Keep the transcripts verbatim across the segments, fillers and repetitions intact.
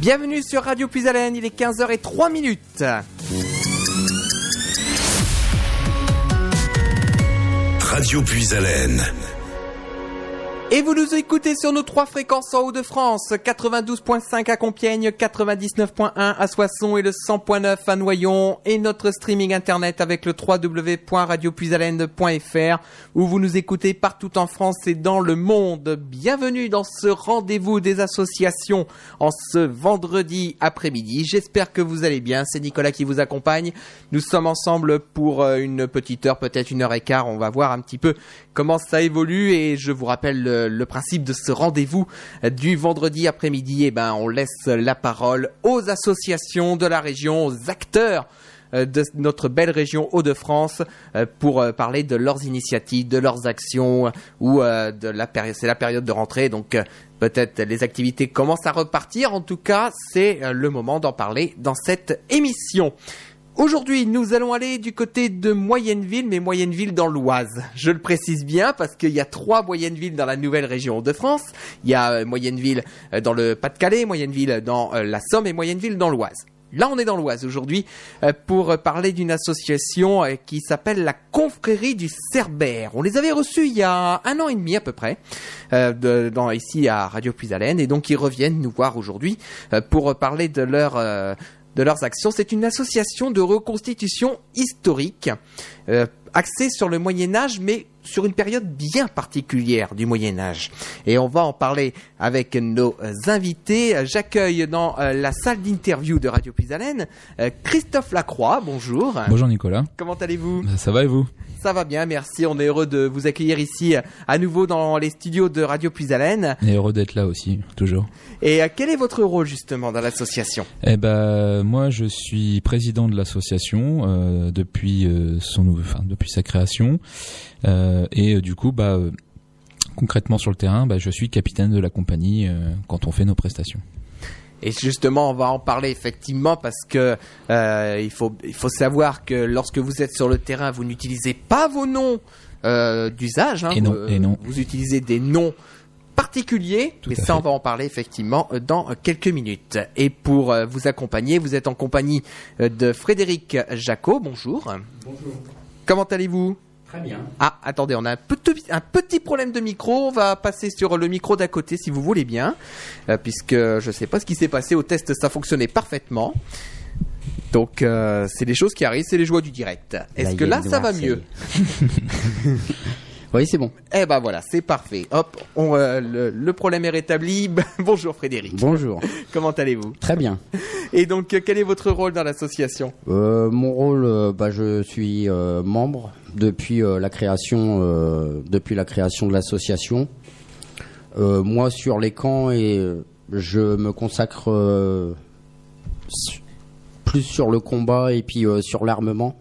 Bienvenue sur Radio Puisalène, il est quinze heures zéro trois minutes. Radio Puisalène. Et vous nous écoutez sur nos trois fréquences en Hauts-de-France, quatre-vingt-douze virgule cinq à Compiègne, quatre-vingt-dix-neuf virgule un à Soissons et le cent virgule neuf à Noyon, et notre streaming internet avec le w w w point radio puisalène point f r où vous nous écoutez partout en France et dans le monde. Bienvenue dans ce rendez-vous des associations en ce vendredi après-midi. J'espère que vous allez bien, c'est Nicolas qui vous accompagne. Nous sommes ensemble pour une petite heure, peut-être une heure et quart, on va voir un petit peu comment ça évolue et je vous rappelle le le principe de ce rendez-vous du vendredi après-midi. Eh ben, on laisse la parole aux associations de la région, aux acteurs de notre belle région Hauts-de-France pour parler de leurs initiatives, de leurs actions ou de la période. C'est la période de rentrée, donc peut-être les activités commencent à repartir. En tout cas, c'est le moment d'en parler dans cette émission. Aujourd'hui, nous allons aller du côté de Moyenneville, mais Moyenneville dans l'Oise. Je le précise bien parce qu'il y a trois Moyenneville dans la nouvelle région Hauts-de-France. Il y a Moyenneville dans le Pas-de-Calais, Moyenneville dans la Somme et Moyenneville dans l'Oise. Là, on est dans l'Oise aujourd'hui pour parler d'une association qui s'appelle la Confrérie du Cerbère. On les avait reçus il y a un an et demi à peu près, euh, de, dans, ici à Radio Puisalène, et donc ils reviennent nous voir aujourd'hui pour parler de leur... Euh, de leurs actions. C'est une association de reconstitution historique euh, axée sur le Moyen-Âge, mais sur une période bien particulière du Moyen-Âge. Et on va en parler avec nos invités. J'accueille dans euh, la salle d'interview de Radio Puisalène euh, Christophe Lacroix. Bonjour. Bonjour Nicolas. Comment allez-vous ? Ça va et vous ? Ça va bien, merci. On est heureux de vous accueillir ici à nouveau dans les studios de Radio Puisalène. Et heureux d'être là aussi, toujours. Et euh, quel est votre rôle justement dans l'association ? Eh ben, moi, je suis président de l'association euh, depuis euh, son, enfin, depuis sa création, euh, et euh, du coup, bah, euh, concrètement sur le terrain, bah, je suis capitaine de la compagnie euh, quand on fait nos prestations. Et justement, on va en parler effectivement parce que euh, il faut il faut savoir que lorsque vous êtes sur le terrain, vous n'utilisez pas vos noms euh, d'usage. Hein, et non, vous, et non. Vous utilisez des noms particuliers, Tout mais à ça, fait. on va en parler effectivement dans quelques minutes. Et pour euh, vous accompagner, vous êtes en compagnie de Frédéric Jacot. Bonjour. Bonjour. Comment allez-vous ? Très bien. Ah, attendez, on a un petit, un petit problème de micro. On va passer sur le micro d'à côté si vous voulez bien, euh, puisque je ne sais pas ce qui s'est passé au test, ça fonctionnait parfaitement. Donc, euh, c'est des choses qui arrivent, c'est les joies du direct. Est-ce Là, que il y a là, une ça va Marseille. mieux ? Oui, c'est bon. Eh ben voilà, c'est parfait. Hop, on, euh, le, le problème est rétabli. Bonjour Frédéric. Bonjour. Comment allez-vous ? Très bien. Et donc, euh, quel est votre rôle dans l'association ? Euh, mon rôle, euh, bah, je suis euh, membre depuis euh, la création, euh, depuis la création de l'association. Euh, moi, sur les camps, et euh, je me consacre euh, s- plus sur le combat et puis euh, sur l'armement.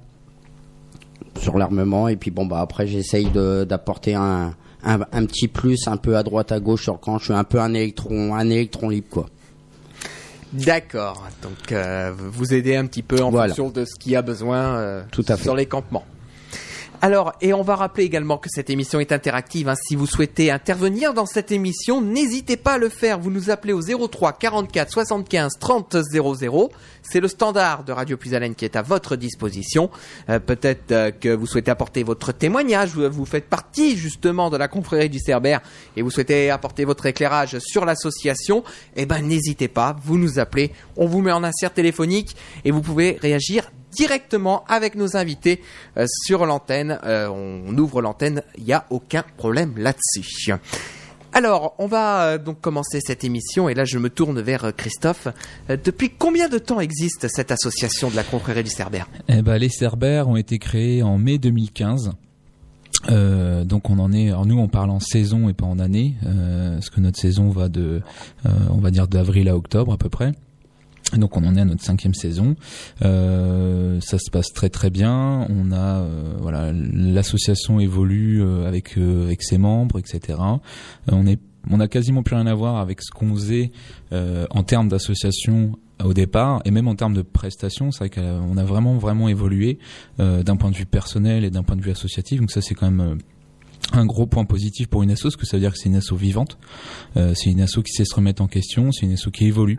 Sur l'armement et puis bon bah après j'essaye de, d'apporter un, un un petit plus un peu à droite à gauche sur quand je suis un peu un électron un électron libre quoi. D'accord. Donc, euh, vous aidez un petit peu en Voilà. fonction de ce qu'il y a besoin euh, Tout à fait. sur les campements. Alors, et on va rappeler également que cette émission est interactive. Hein. Si vous souhaitez intervenir dans cette émission, n'hésitez pas à le faire. Vous nous appelez au zéro trois quarante-quatre soixante-quinze trente zéro zéro. C'est le standard de Radio Puisalène qui est à votre disposition. Euh, peut-être euh, que vous souhaitez apporter votre témoignage. Vous, vous faites partie justement de la confrérie du Cerbère et vous souhaitez apporter votre éclairage sur l'association. Eh ben, n'hésitez pas. Vous nous appelez. On vous met en insert téléphonique et vous pouvez réagir directement avec nos invités euh, sur l'antenne. Euh, on ouvre l'antenne, il n'y a aucun problème là-dessus. Alors, on va euh, donc commencer cette émission et là je me tourne vers euh, Christophe. Euh, depuis combien de temps existe cette association de la confrérie du Cerbère ? Eh ben, les Cerbères ont été créés en mai deux mille quinze. Euh, donc on en est, alors nous on parle en saison et pas en année, euh, parce que notre saison va de, euh, on va dire d'avril à octobre à peu près. Donc on en est à notre cinquième saison. Euh, ça se passe très très bien. On a euh, voilà, l'association évolue euh, avec euh, avec ses membres, et cetera. Euh, on est on a quasiment plus rien à voir avec ce qu'on faisait euh, en termes d'association au départ et même en termes de prestations. C'est vrai qu'on a vraiment vraiment évolué euh, d'un point de vue personnel et d'un point de vue associatif. Donc ça c'est quand même euh, un gros point positif pour une asso, parce que ça veut dire que c'est une asso vivante. Euh, c'est une asso qui sait se remettre en question. C'est une asso qui évolue.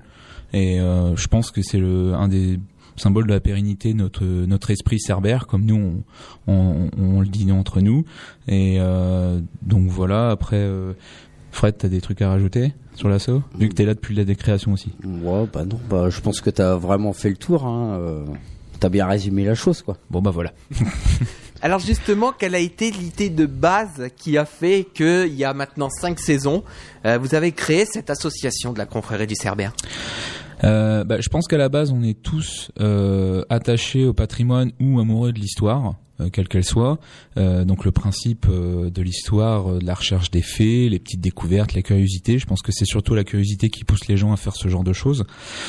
Et euh, je pense que c'est le un des symboles de la pérennité de notre notre esprit cerbère, comme nous on on, on le dit entre nous. Et euh, donc voilà. Après, euh, Fred, t'as des trucs à rajouter sur l'assaut, vu que t'es là depuis la décréation aussi? Ouais, bah non, bah je pense que t'as vraiment fait le tour. Hein. Euh, t'as bien résumé la chose, quoi. Bon bah voilà. Alors justement, quelle a été l'idée de base qui a fait qu'il y a maintenant cinq saisons, euh, vous avez créé cette association de la confrérie du Cerbère? Euh, bah, je pense qu'à la base, on est tous euh, attachés au patrimoine ou amoureux de l'histoire, euh, quelle qu'elle soit. Euh, donc le principe euh, de l'histoire, euh, de la recherche des faits, les petites découvertes, la curiosité. Je pense que c'est surtout la curiosité qui pousse les gens à faire ce genre de choses.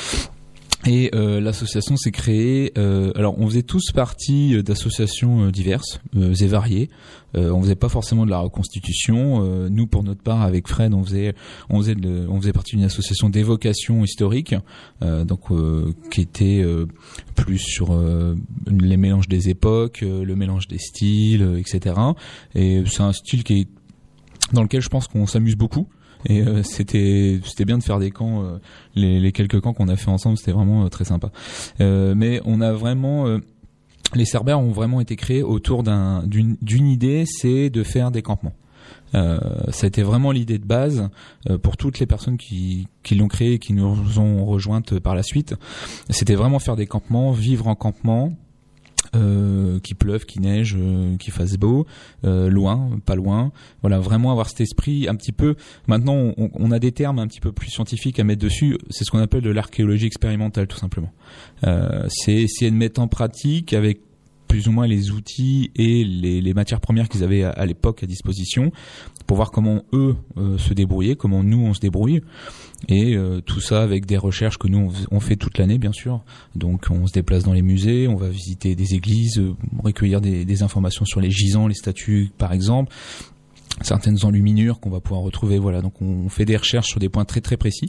Et euh, l'association s'est créée. Euh, alors, on faisait tous partie d'associations euh, diverses euh, et variées. Euh, on faisait pas forcément de la reconstitution. Euh, nous, pour notre part, avec Fred, on faisait, on faisait, de, on faisait partie d'une association d'évocation historique, euh, donc euh, qui était euh, plus sur euh, les mélanges des époques, euh, le mélange des styles, euh, et cetera. Et c'est un style qui est dans lequel je pense qu'on s'amuse beaucoup. Et euh, c'était c'était bien de faire des camps, euh, les, les quelques camps qu'on a fait ensemble, c'était vraiment euh, très sympa. Euh, mais on a vraiment euh, les Cerbères ont vraiment été créés autour d'un d'une d'une idée, c'est de faire des campements. Euh, ça a été vraiment l'idée de base euh, pour toutes les personnes qui qui l'ont créé et qui nous ont rejointes par la suite. C'était vraiment faire des campements, vivre en campement. Euh, qu'il pleuve, qu'il neige, euh, qu'il fasse beau, euh, loin, pas loin. Voilà, vraiment avoir cet esprit un petit peu. Maintenant, on, on a des termes un petit peu plus scientifiques à mettre dessus. C'est ce qu'on appelle de l'archéologie expérimentale, tout simplement. Euh, c'est essayer de mettre en pratique avec plus ou moins les outils et les, les matières premières qu'ils avaient à, à l'époque à disposition pour voir comment eux euh, se débrouillaient, comment nous on se débrouille. Et euh, tout ça avec des recherches que nous on, on fait toute l'année, bien sûr. Donc on se déplace dans les musées, on va visiter des églises, euh, recueillir des, des informations sur les gisants, les statues par exemple, certaines enluminures qu'on va pouvoir retrouver. Voilà, donc on fait des recherches sur des points très très précis,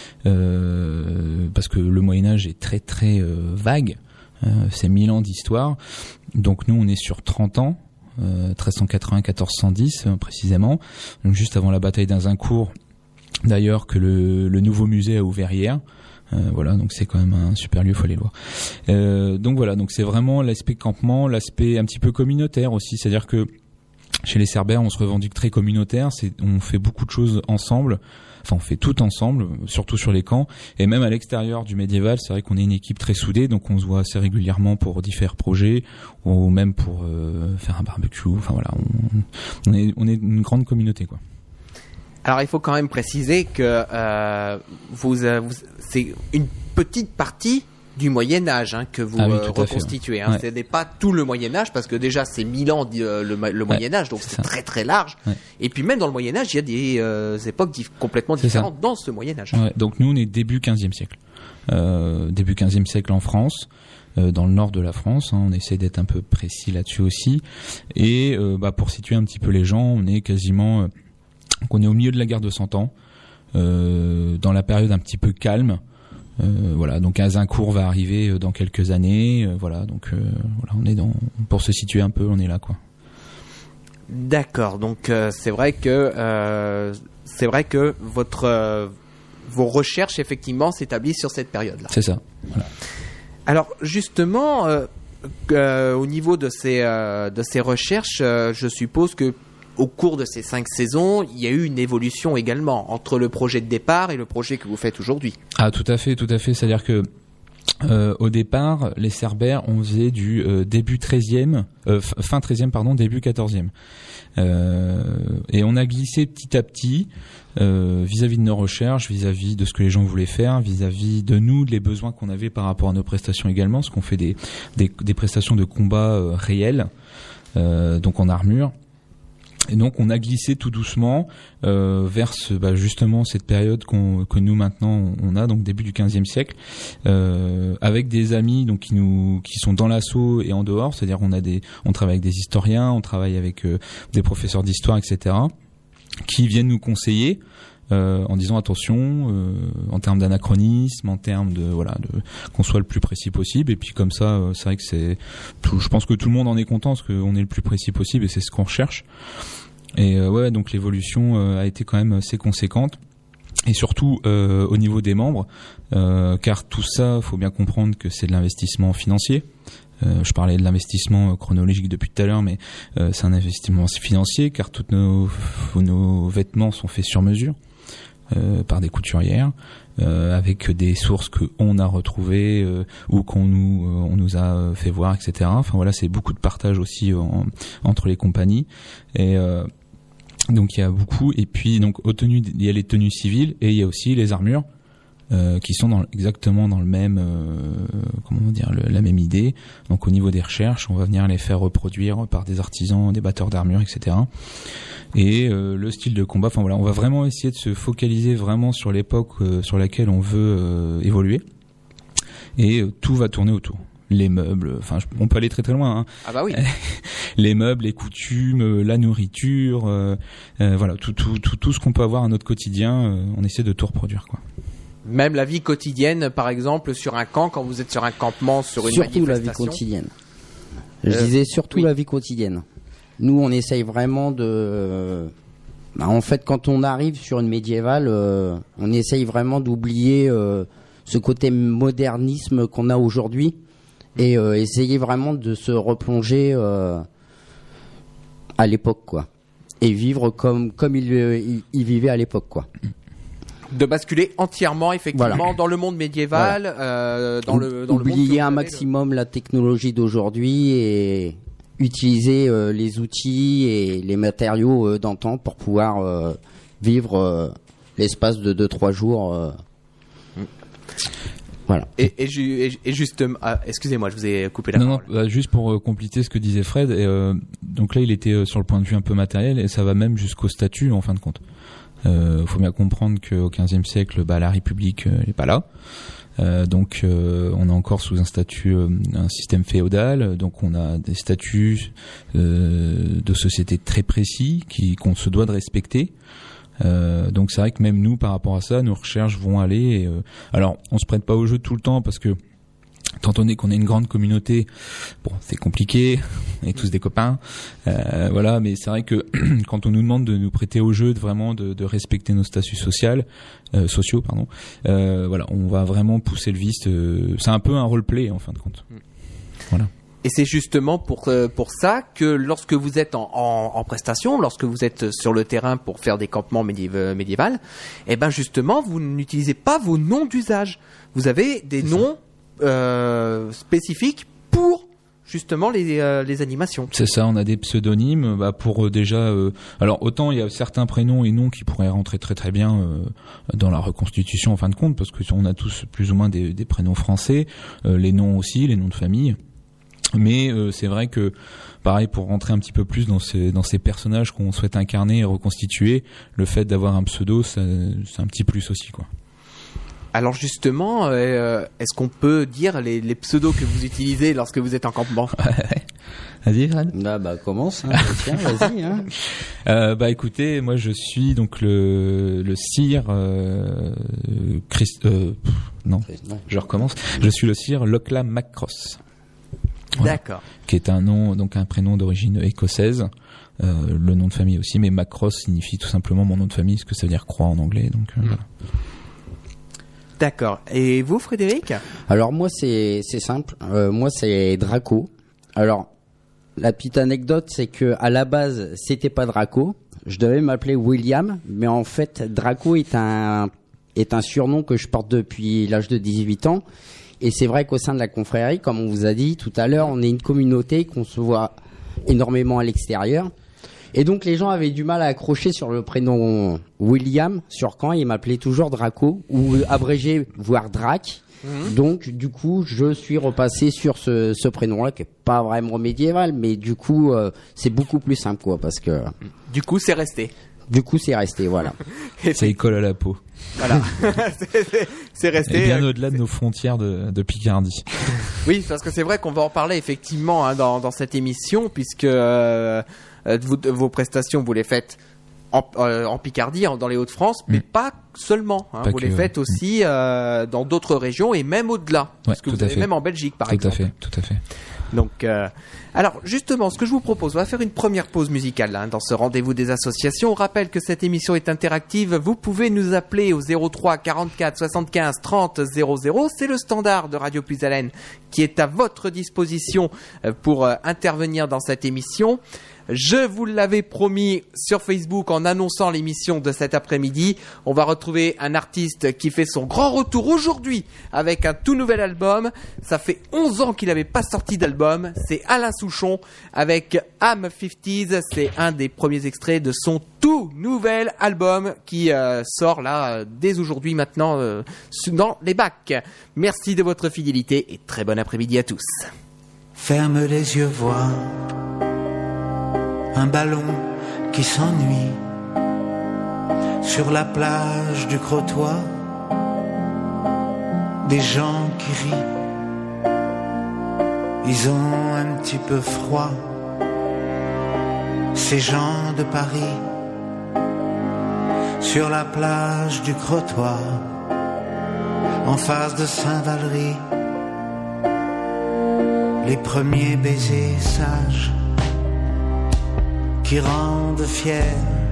euh, parce que le Moyen-Âge est très très euh, vague. Euh, c'est mille ans d'histoire. Donc nous on est sur trente ans, euh, treize cent quatre-vingts à quatorze cent dix euh, précisément. Donc juste avant la bataille d'Azincourt. D'ailleurs que le, le nouveau musée a ouvert hier, euh, voilà, donc c'est quand même un super lieu, faut aller le voir. Euh, donc voilà, donc c'est vraiment l'aspect campement, l'aspect un petit peu communautaire aussi, c'est-à-dire que chez les Cerbères, on se revendique très communautaire, c'est, on fait beaucoup de choses ensemble, enfin on fait tout ensemble, surtout sur les camps, et même à l'extérieur du médiéval, c'est vrai qu'on est une équipe très soudée, donc on se voit assez régulièrement pour différents projets, ou même pour euh, faire un barbecue, enfin voilà, on, on, est, on est une grande communauté, quoi. Alors il faut quand même préciser que euh, vous, euh, vous, c'est une petite partie du Moyen-Âge hein, que vous ah oui, euh, reconstituez. Fait, ouais. Hein. Ouais. Ce n'est pas tout le Moyen-Âge parce que déjà c'est mille ans euh, le, le ouais, Moyen-Âge, donc c'est, c'est très très large. Ouais. Et puis même dans le Moyen-Âge, il y a des euh, époques dif- complètement c'est différentes ça. Dans ce Moyen-Âge. Ouais, donc nous on est début quinzième siècle. Euh, début quinzième siècle en France. Euh, dans le nord de la France, hein, on essaie d'être un peu précis là-dessus aussi. Et euh, bah, pour situer un petit peu les gens, on est quasiment... Euh, Donc on est au milieu de la guerre de Cent Ans, euh, dans la période un petit peu calme. Euh, voilà, donc Azincourt va arriver dans quelques années. Euh, voilà, donc euh, voilà, on est dans pour se situer un peu, on est là quoi. D'accord, donc euh, c'est vrai que euh, c'est vrai que votre euh, vos recherches effectivement s'établissent sur cette période-là. C'est ça. Voilà. Alors justement, euh, euh, au niveau de ces euh, de ces recherches, euh, je suppose que au cours de ces cinq saisons, il y a eu une évolution également entre le projet de départ et le projet que vous faites aujourd'hui. Ah, tout à fait, tout à fait. C'est-à-dire que euh, au départ, les Cerbères, on faisait du euh, début treizième, euh, fin treizième, pardon, début quatorzième. Euh, et on a glissé petit à petit euh, vis-à-vis de nos recherches, vis-à-vis de ce que les gens voulaient faire, vis-à-vis de nous, des besoins qu'on avait par rapport à nos prestations également, parce qu'on fait des, des, des prestations de combat euh, réelles, euh, donc en armure. Et donc on a glissé tout doucement euh, vers ce, bah, justement cette période qu'on, que nous maintenant on a, donc début du quinzième siècle, euh, avec des amis donc qui nous qui sont dans l'assaut et en dehors, c'est-à-dire on a des on travaille avec des historiens, on travaille avec euh, des professeurs d'histoire, et cetera, qui viennent nous conseiller. Euh, en disant attention euh, en termes d'anachronisme, en termes de voilà, de, qu'on soit le plus précis possible. Et puis comme ça, euh, c'est vrai que c'est, tout, je pense que tout le monde en est content parce qu'on est le plus précis possible et c'est ce qu'on recherche. Et euh, ouais, donc l'évolution euh, a été quand même assez conséquente. et surtout euh, au niveau des membres, euh, car tout ça, faut bien comprendre que c'est de l'investissement financier. Euh, je parlais de l'investissement chronologique depuis tout à l'heure, mais euh, c'est un investissement financier, car tous nos, nos vêtements sont faits sur mesure euh, par des couturières, euh, avec des sources que on a retrouvées euh, ou qu'on nous euh, on nous a fait voir, et cetera. Enfin voilà, c'est beaucoup de partage aussi en, entre les compagnies et euh, donc il y a beaucoup, et puis donc aux tenues, il y a les tenues civiles et il y a aussi les armures euh, qui sont dans, exactement dans le même euh, comment dire le, la même idée. Donc au niveau des recherches, on va venir les faire reproduire par des artisans, des batteurs d'armures, et cetera. Et euh, le style de combat, enfin voilà, on va vraiment essayer de se focaliser vraiment sur l'époque euh, sur laquelle on veut euh, évoluer, et euh, tout va tourner autour. Les meubles, enfin on peut aller très très loin. Hein. Ah bah oui. Les meubles, les coutumes, la nourriture, euh, euh, voilà, tout, tout, tout, tout ce qu'on peut avoir à notre quotidien, euh, on essaie de tout reproduire, quoi. Même la vie quotidienne, par exemple, sur un camp, quand vous êtes sur un campement, sur une surtout manifestation. La vie quotidienne. Je Euh, disais surtout oui. la vie quotidienne. Nous, on essaye vraiment de... Bah, en fait, quand on arrive sur une médiévale, euh, on essaye vraiment d'oublier euh, ce côté modernisme qu'on a aujourd'hui et euh, essayer vraiment de se replonger euh, à l'époque, quoi. Et vivre comme, comme il, il, il vivait à l'époque, quoi. De basculer entièrement, effectivement, Voilà. dans le monde médiéval, Voilà. euh, dans le dans le monde. Oublier que vous un avez, maximum la technologie d'aujourd'hui et utiliser euh, les outils et les matériaux euh, d'antan pour pouvoir euh, vivre euh, l'espace de deux trois jours. Euh. Voilà. Et, et, ju- et, et justement, ah, excusez-moi, je vous ai coupé la Non, non, parole. bah, juste pour euh, compléter ce que disait Fred, et, euh, donc là il était euh, sur le point de vue un peu matériel, et ça va même jusqu'au statut en fin de compte. Il euh, faut bien comprendre qu'au quinzième siècle, bah, la République n'est pas là. Euh, donc euh, on est encore sous un statut, euh, un système féodal, donc on a des statuts euh, de société très précis qui qu'on se doit de respecter. Euh, donc c'est vrai que même nous, par rapport à ça, nos recherches vont aller. Et, euh, alors on se prête pas au jeu tout le temps parce que étant donné qu'on est une grande communauté, bon, c'est compliqué, on est tous des copains, euh, voilà. Mais c'est vrai que quand on nous demande de nous prêter au jeu, de vraiment de, de respecter nos statuts sociaux, euh, sociaux, pardon, euh, voilà, on va vraiment pousser le vice. Euh, c'est un peu un roleplay en fin de compte. Voilà. Et c'est justement pour euh, pour ça que lorsque vous êtes en, en, en prestation, lorsque vous êtes sur le terrain pour faire des campements médiév- médiévals, eh ben justement, vous n'utilisez pas vos noms d'usage. Vous avez des C'est noms euh, spécifiques pour justement les euh, les animations. C'est ça, on a des pseudonymes bah, pour euh, déjà... Euh, alors autant il y a certains prénoms et noms qui pourraient rentrer très très bien euh, dans la reconstitution en fin de compte, parce qu'on a tous plus ou moins des, des prénoms français, euh, les noms aussi, les noms de famille. Mais euh, c'est vrai que, pareil, pour rentrer un petit peu plus dans ces, dans ces personnages qu'on souhaite incarner et reconstituer, le fait d'avoir un pseudo, ça, c'est un petit plus aussi, quoi. Alors justement, euh, est-ce qu'on peut dire les, les pseudos que vous utilisez lorsque vous êtes en campement? Vas-y, Fred. Là, bah commence. Hein, tiens, vas-y. Hein. Euh, bah écoutez, moi je suis donc le, le sire... Euh, Christ, euh, pff, non, Non. je recommence. Je suis le sire Locla Macross. Voilà. D'accord. Qui est un nom, donc un prénom d'origine écossaise, euh, le nom de famille aussi, mais Macross signifie tout simplement mon nom de famille, ce que ça veut dire croix en anglais. Donc euh, Mm. voilà. D'accord. Et vous, Frédéric? Alors moi c'est c'est simple. Euh, moi c'est Draco. Alors la petite anecdote c'est que à la base c'était pas Draco. Je devais m'appeler William, mais en fait Draco est un est un surnom que je porte depuis l'âge de dix-huit ans. Et c'est vrai qu'au sein de la confrérie, comme on vous a dit tout à l'heure, on est une communauté qu'on se voit énormément à l'extérieur. Et donc les gens avaient du mal à accrocher sur le prénom William sur Caen. Ils m'appelaient toujours Draco ou abrégé, voire Drac. Mmh. Donc du coup, je suis repassé sur ce, ce prénom-là qui est pas vraiment médiéval, mais du coup, euh, c'est beaucoup plus simple, quoi, parce que Du coup, c'est resté. du coup, c'est resté, voilà. Ça y colle à la peau. Voilà. c'est, c'est- c'est resté. Et bien euh, au-delà de nos frontières de, de Picardie. Oui, parce que c'est vrai qu'on va en parler effectivement hein, dans, dans cette émission, puisque euh, euh, vous- vos prestations, vous les faites en, euh, en Picardie, en- dans les Hauts-de-France, mais Mm. pas seulement. Hein, Pas vous que, les faites ouais. aussi euh, dans d'autres régions et même au-delà. parce que tout vous à avez fait. même en Belgique, par Tout à exemple. fait, tout à fait. Donc, euh, alors justement, ce que je vous propose, on va faire une première pause musicale hein, dans ce rendez-vous des associations. On rappelle que cette émission est interactive. Vous pouvez nous appeler au zéro trois quarante-quatre soixante-quinze trente zéro zéro. C'est le standard de Radio Puisalène qui est à votre disposition pour euh, intervenir dans cette émission. Je vous l'avais promis sur Facebook en annonçant l'émission de cet après-midi. On va retrouver un artiste qui fait son grand retour aujourd'hui avec un tout nouvel album. Ça fait onze ans qu'il n'avait pas sorti d'album. C'est Alain Souchon avec I'm cinquante. C'est un des premiers extraits de son tout nouvel album qui euh, sort là euh, dès aujourd'hui maintenant euh, dans les bacs. Merci de votre fidélité et très bon après-midi à tous. Ferme les yeux, vois un ballon qui s'ennuie sur la plage du Crotoy, des gens qui rient, ils ont un petit peu froid, ces gens de Paris, sur la plage du Crotoy, en face de Saint-Valery, les premiers baisers sages qui rendent fiers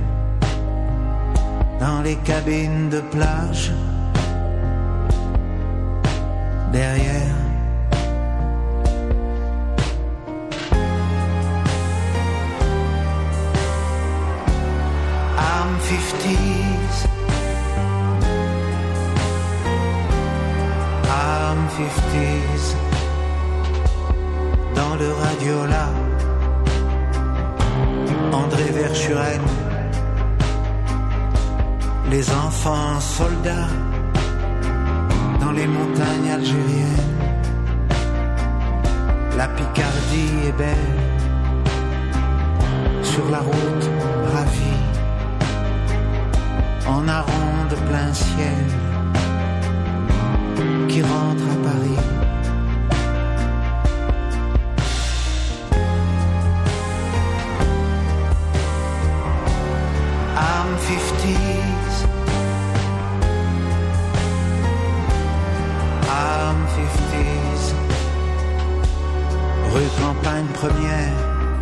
dans les cabines de plage derrière. I'm fifties, I'm fifties, dans le radiola André Verschuren, les enfants soldats dans les montagnes algériennes. La Picardie est belle, sur la route ravie, en hareng de plein ciel, qui rentre à Paris. I'm fifties, I'm fifties, rue Campagne Première,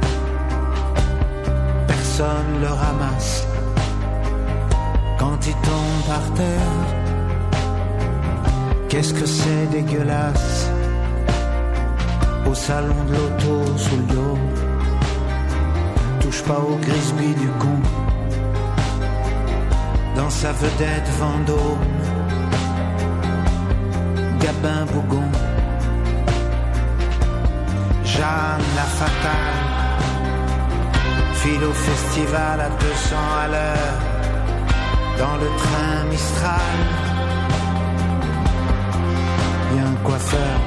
personne le ramasse quand il tombe par terre. Qu'est-ce que c'est dégueulasse, au salon de l'auto sous le dos, touche pas au Grisby du con, dans sa vedette Vendôme, Gabin Bougon, Jeanne la fatale, file au festival à deux cents à l'heure, dans le train Mistral, y a un coiffeur.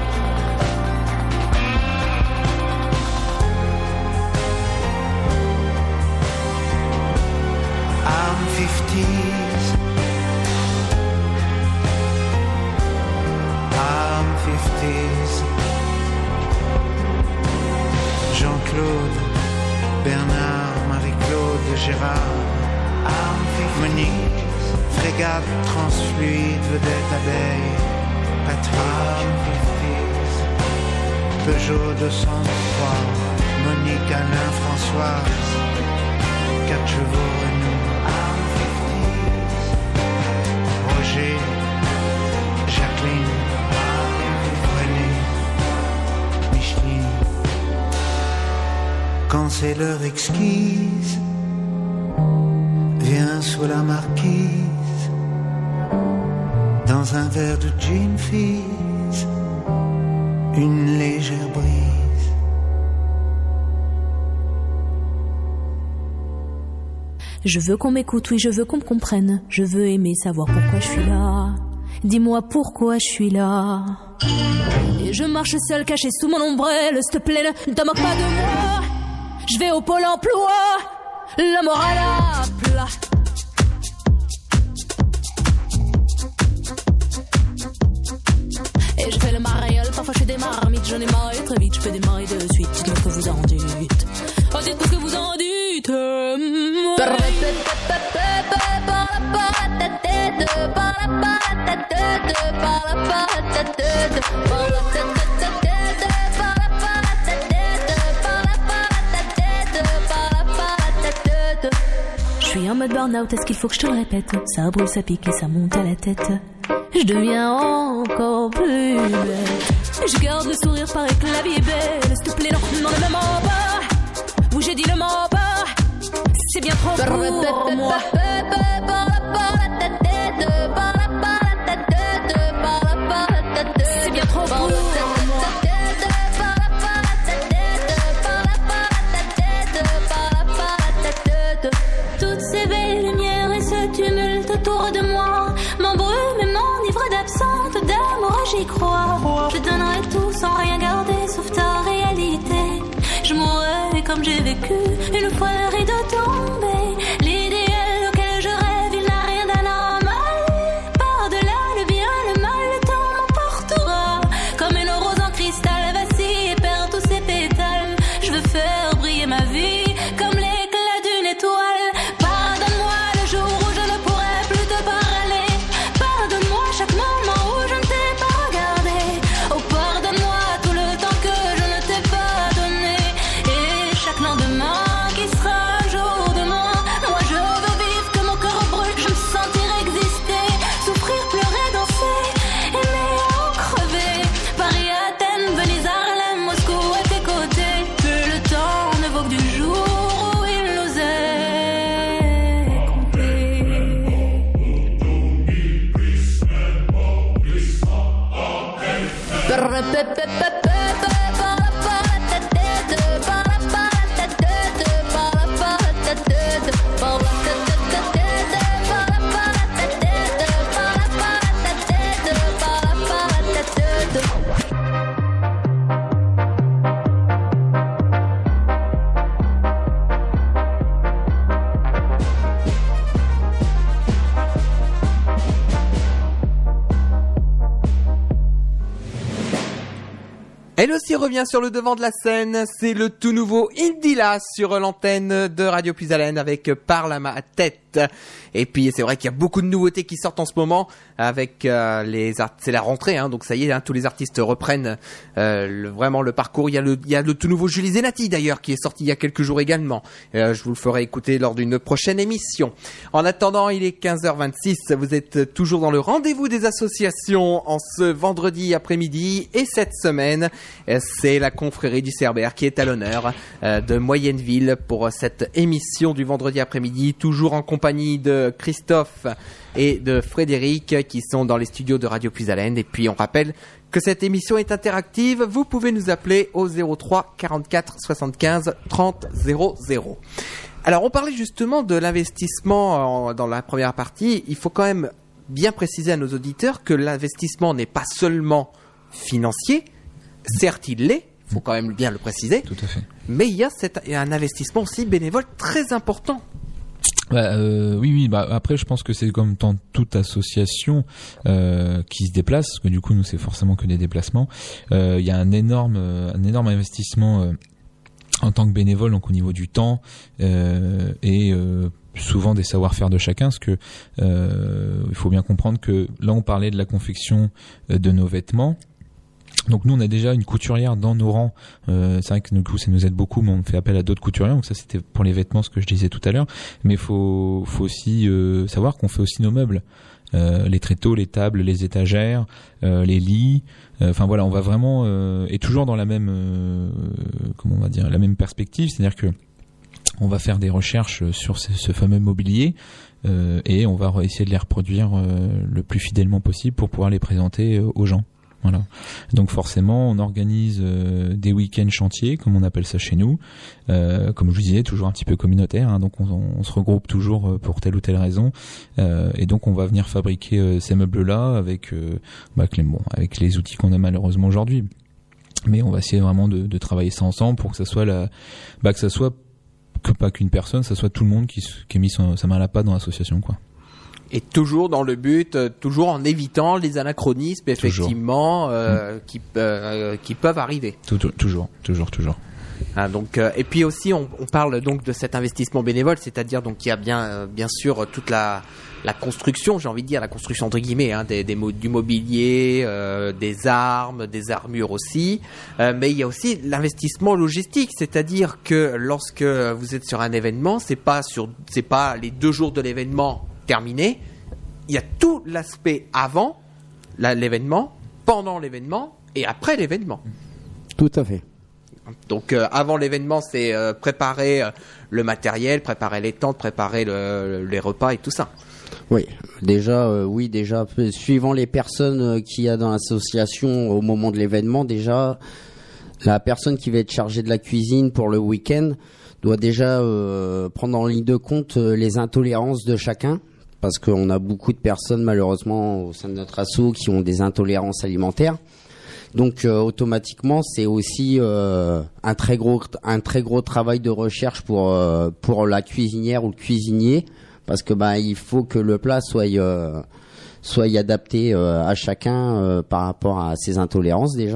I'm fifties, I'm fifties, Jean-Claude, Bernard, Marie-Claude, Gérard, I'm fifties, Monique, frégate, transfluide, vedette, abeille, Patrick, I'm fifties, Peugeot deux cent trois, Monique, Alain, Françoise, quatre chevaux Renault, Roger, Jacqueline, René, Micheline. Quand c'est l'heure exquise, viens sous la marquise, dans un verre de gin fizz, une légère brise. Je veux qu'on m'écoute, oui, je veux qu'on me comprenne. Je veux aimer savoir pourquoi je suis là. Dis-moi pourquoi je suis là. Et je marche seule, cachée sous mon ombrelle. S'il te plaît, ne te moque pas de moi. Je vais au pôle emploi, la morale à plat. Et je fais le mariole, parfois je fais des marmites. J'en ai marre très vite, je fais des maris de suite. Dites-moi ce que vous en dites. Oh, dites-moi ce que vous en dites. mode burn-out, est-ce qu'il faut que je te le répète? Ça brûle, ça pique et ça monte à la tête. Je deviens encore plus bête. Je garde le sourire, paraît que la vie est belle. S'il te plaît, non, non, ne me mens pas. Oui, j'ai dit le mens pas. C'est bien trop pour moi. C'est bien trop pour moi. Toutes ces belles lumières et ce tumulte autour de moi m'embrument et m'enivrent d'absence, d'amour, j'y crois. Je donnerai tout sans rien garder sauf ta réalité. Je mourrai comme j'ai vécu une fois le rideau tombé. L'idéal auquel je rêve, il n'a rien d'anormal. Par-delà le bien, le mal, le temps m'emportera. Comme une rose en cristal vacille et perd tous ses pétales. Je veux faire briller ma vie comme l'éclat d'une étoile. Pardonne-moi le jour où je ne pourrai plus te parler. Pardonne-moi chaque moment où je ne t'ai pas regardé. Oh, pardonne-moi tout le temps que je ne t'ai pas donné. Et chaque lendemain qui sera un jour de moins. Moi je veux vivre, que mon cœur brûle, je me sentir exister. Souffrir, pleurer, danser, aimer en crever. Paris, Athènes, Venise, Harlem, Moscou à tes côtés. Que le temps ne vaut que du jour où il nous est Elle aussi revient sur le devant de la scène, c'est le tout nouveau Indila sur l'antenne de Radio Puisalène avec Parle à ma tête. Et puis c'est vrai qu'il y a beaucoup de nouveautés qui sortent en ce moment avec euh, les art- c'est la rentrée, hein, donc ça y est, hein, tous les artistes reprennent euh, le, vraiment le parcours. Il y a le, il y a le tout nouveau Julie Zenati d'ailleurs qui est sorti il y a quelques jours également. Euh, je vous le ferai écouter lors d'une prochaine émission. En attendant, il est quinze heures vingt-six, vous êtes toujours dans le rendez-vous des associations en ce vendredi après-midi et cette semaine, c'est la confrérie du Cerbère qui est à l'honneur euh, de Moyenneville pour cette émission du vendredi après-midi, toujours en compagnie de Christophe et de Frédéric qui sont dans les studios de Radio Puisalène. Et puis on rappelle que cette émission est interactive, vous pouvez nous appeler au zéro trois quarante-quatre soixante-quinze trente zéro zéro. Alors on parlait justement de l'investissement en, dans la première partie. Il faut quand même bien préciser à nos auditeurs que l'investissement n'est pas seulement financier. Certes, il l'est, il faut quand même bien le préciser. Tout à fait. Mais il y a cet, il y a un investissement aussi bénévole très important. Bah, euh, oui, oui. Bah, après, je pense que c'est comme dans toute association euh, qui se déplace, parce que du coup, nous, c'est forcément que des déplacements. Euh, il y a un énorme, un énorme investissement euh, en tant que bénévole, donc au niveau du temps euh, et euh, souvent des savoir-faire de chacun, parce que euh, il faut bien comprendre que là, on parlait de la confection de nos vêtements. Donc nous on a déjà une couturière dans nos rangs, euh, c'est vrai que du coup ça nous aide beaucoup, mais on fait appel à d'autres couturières, donc ça c'était pour les vêtements, ce que je disais tout à l'heure, mais faut faut aussi euh, savoir qu'on fait aussi nos meubles, euh, les tréteaux, les tables, les étagères, euh, les lits, enfin euh, voilà, on va vraiment euh, et toujours dans la même euh, comment on va dire, la même perspective, c'est-à-dire que on va faire des recherches sur ce, ce fameux mobilier euh, et on va essayer de les reproduire euh, le plus fidèlement possible pour pouvoir les présenter euh, aux gens. Voilà. Donc forcément, on organise euh, des week-ends chantiers, comme on appelle ça chez nous. Euh, comme je vous disais, toujours un petit peu communautaire. Hein, donc on, on se regroupe toujours pour telle ou telle raison. Euh, et donc on va venir fabriquer euh, ces meubles-là avec, euh, bah, avec, les, bon, avec les outils qu'on a malheureusement aujourd'hui. Mais on va essayer vraiment de, de travailler ça ensemble pour que ça soit la, bah, que ça soit que pas qu'une personne, ça soit tout le monde qui, qui a mis son, sa main à la pâte dans l'association, quoi. Et toujours dans le but, euh, toujours en évitant les anachronismes, effectivement, euh, mmh. qui, euh, qui peuvent arriver. Tout, toujours, toujours, toujours. Hein, donc, euh, et puis aussi, on, on parle donc de cet investissement bénévole, c'est-à-dire donc il y a bien, euh, bien sûr toute la, la construction, j'ai envie de dire la construction entre guillemets, hein, des, des, du mobilier, euh, des armes, des armures aussi, euh, mais il y a aussi l'investissement logistique, c'est-à-dire que lorsque vous êtes sur un événement, c'est pas sur, c'est pas les deux jours de l'événement terminé, il y a tout l'aspect avant la, l'événement, pendant l'événement et après l'événement. Tout à fait. Donc euh, avant l'événement, c'est euh, préparer euh, le matériel, préparer les tentes, préparer le, les repas et tout ça. Oui, déjà, euh, oui, déjà, suivant les personnes qu'il y a dans l'association au moment de l'événement, déjà, la personne qui va être chargée de la cuisine pour le week-end doit déjà euh, prendre en ligne de compte euh, les intolérances de chacun, parce qu'on a beaucoup de personnes malheureusement au sein de notre asso qui ont des intolérances alimentaires. Donc euh, automatiquement, c'est aussi euh, un très gros un très gros travail de recherche pour euh, pour la cuisinière ou le cuisinier, parce que bah il faut que le plat soit euh, soit adapté euh, à chacun euh, par rapport à ses intolérances déjà.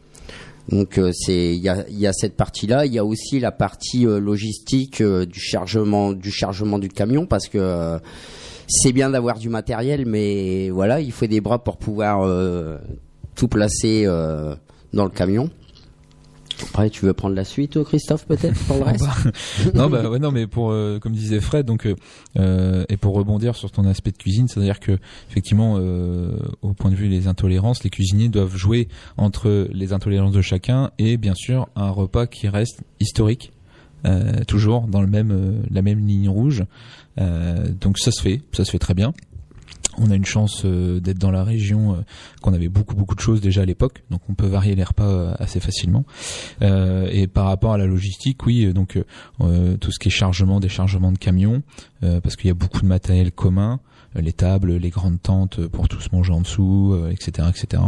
Donc euh, c'est il y a il y a cette partie-là, il y a aussi la partie euh, logistique euh, du chargement du chargement du camion, parce que euh, c'est bien d'avoir du matériel, mais voilà, il faut des bras pour pouvoir euh, tout placer euh, dans le camion. Après, tu veux prendre la suite, Christophe, peut-être pour le reste? Non, bah ouais, non, mais pour euh, comme disait Fred, donc euh, et pour rebondir sur ton aspect de cuisine, c'est-à-dire que effectivement, euh, au point de vue des intolérances, les cuisiniers doivent jouer entre les intolérances de chacun et bien sûr un repas qui reste historique, euh, toujours dans le même euh, la même ligne rouge. Euh, donc ça se fait, ça se fait très bien. On a une chance euh, d'être dans la région, euh, qu'on avait beaucoup beaucoup de choses déjà à l'époque, donc on peut varier les repas euh, assez facilement. Euh, et par rapport à la logistique, oui, euh, donc euh, tout ce qui est chargement, déchargement de camions, euh, parce qu'il y a beaucoup de matériel commun, euh, les tables, les grandes tentes pour tous manger en dessous, euh, et cetera, et cetera.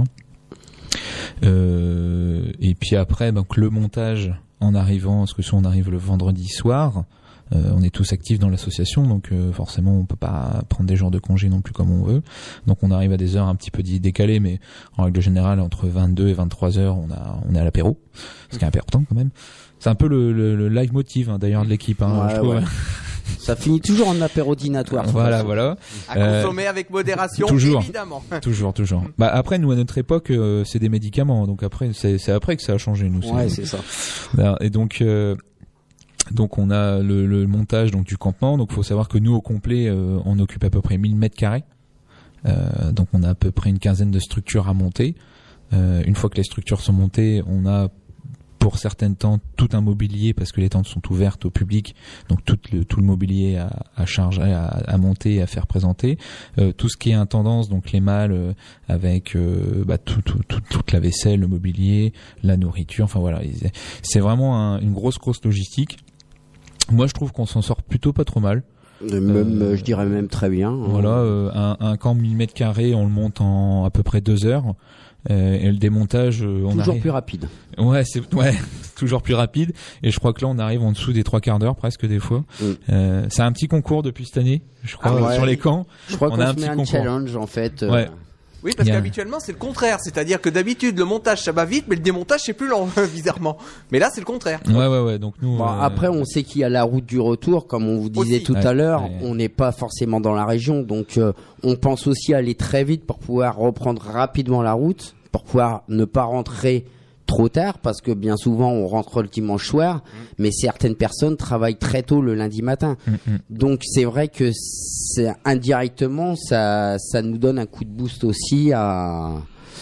Euh, et puis après, donc le montage en arrivant, parce que soit on arrive le vendredi soir. Euh, on est tous actifs dans l'association, donc euh, forcément on peut pas prendre des jours de congé non plus comme on veut. Donc on arrive à des heures un petit peu décalées, mais en règle générale entre vingt-deux et vingt-trois heures on a on est à l'apéro, ce qui est important quand même. C'est un peu le, le, le live motive hein, d'ailleurs de l'équipe. Hein, ouais, je trouve. Ouais. Ça finit toujours en apéro dînatoire. Voilà, voilà. À euh, consommer avec modération, toujours, évidemment. Toujours, toujours. Bah après, nous à notre époque, euh, c'est des médicaments, donc après, c'est, c'est après que ça a changé, nous. Ouais, c'est, c'est ça. Et donc. Euh, Donc on a le, le montage donc du campement. Donc faut savoir que nous au complet euh, on occupe à peu près mille mètres carrés. Euh, donc on a à peu près une quinzaine de structures à monter. Euh, une fois que les structures sont montées, on a pour certaines tentes tout un mobilier parce que les tentes sont ouvertes au public. Donc tout le tout le mobilier à, à charger, à, à monter, à faire présenter. Euh, tout ce qui est intendance, donc les malles euh, avec euh, bah, tout, tout, tout, toute la vaisselle, le mobilier, la nourriture. Enfin voilà, c'est vraiment un, une grosse grosse logistique. Moi, je trouve qu'on s'en sort plutôt pas trop mal. Même, euh, je dirais même très bien. Voilà, euh, un, un camp mille mètres carrés, on le monte en à peu près deux heures. Euh, et le démontage, euh, on toujours arrive... plus rapide. Ouais, c'est ouais, toujours plus rapide. Et je crois que là, on arrive en dessous des trois quarts d'heure presque des fois. Mm. Euh, c'est un petit concours depuis cette année, je crois, ah ouais. sur les camps. Je crois on qu'on a se un petit met un concours. challenge en fait. Euh... Ouais. Oui, parce a... qu'habituellement c'est le contraire, c'est-à-dire que d'habitude le montage ça va vite, mais le démontage c'est plus lent, bizarrement. Mais là c'est le contraire. Ouais, ouais, ouais. Donc nous. Bon, euh... Après, on sait qu'il y a la route du retour, comme on vous disait aussi. tout ouais, à l'heure. ouais. On n'est pas forcément dans la région, donc euh, on pense aussi aller très vite pour pouvoir reprendre rapidement la route, pour pouvoir ne pas rentrer trop tard, parce que bien souvent on rentre le dimanche soir, mmh. mais certaines personnes travaillent très tôt le lundi matin. Mmh. Donc c'est vrai que c'est, indirectement ça ça nous donne un coup de boost aussi à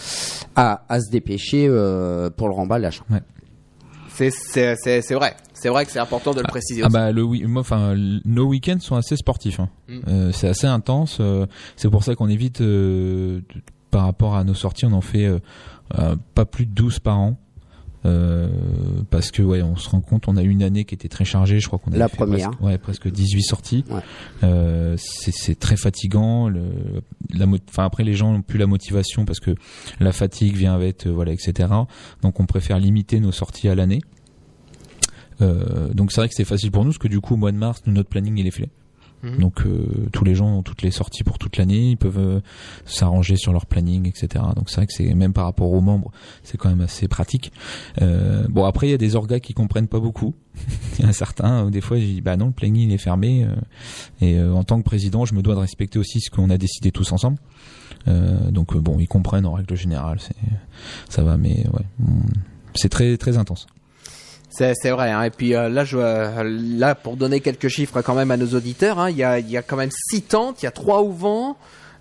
à, à se dépêcher euh, pour le remballage. Ouais. C'est c'est c'est c'est vrai. C'est vrai que c'est important de le préciser ah, aussi. Ah bah le moi enfin nos week-ends sont assez sportifs. Hein. Mmh. Euh, c'est assez intense. Euh, c'est pour ça qu'on évite euh, de, par rapport à nos sorties, on en fait euh, Euh, pas plus de douze par an euh, parce que ouais on se rend compte, on a eu une année qui était très chargée, je crois qu'on a la fait première presque, ouais presque dix-huit sorties. Ouais. Euh, c'est, c'est très fatigant. Le, la enfin après les gens n'ont plus la motivation parce que la fatigue vient avec euh, voilà et cetera. Donc on préfère limiter nos sorties à l'année. Euh, donc c'est vrai que c'est facile pour nous parce que du coup au mois de mars nous, notre planning il est fait. Mmh. Donc euh, tous les gens ont toutes les sorties pour toute l'année, ils peuvent euh, s'arranger sur leur planning, et cetera. Donc c'est vrai que c'est même par rapport aux membres, c'est quand même assez pratique. Euh, bon après il y a des orgas qui comprennent pas beaucoup. Il y en a certains, des fois je dis bah non le planning il est fermé euh, et euh, en tant que président je me dois de respecter aussi ce qu'on a décidé tous ensemble. Euh, donc euh, bon ils comprennent en règle générale, c'est ça va, mais ouais c'est très très intense. C'est, c'est vrai, hein. Et puis euh, là, je, euh, là, pour donner quelques chiffres quand même à nos auditeurs, hein, il y a, il y a quand même six tentes, il y a trois auvents,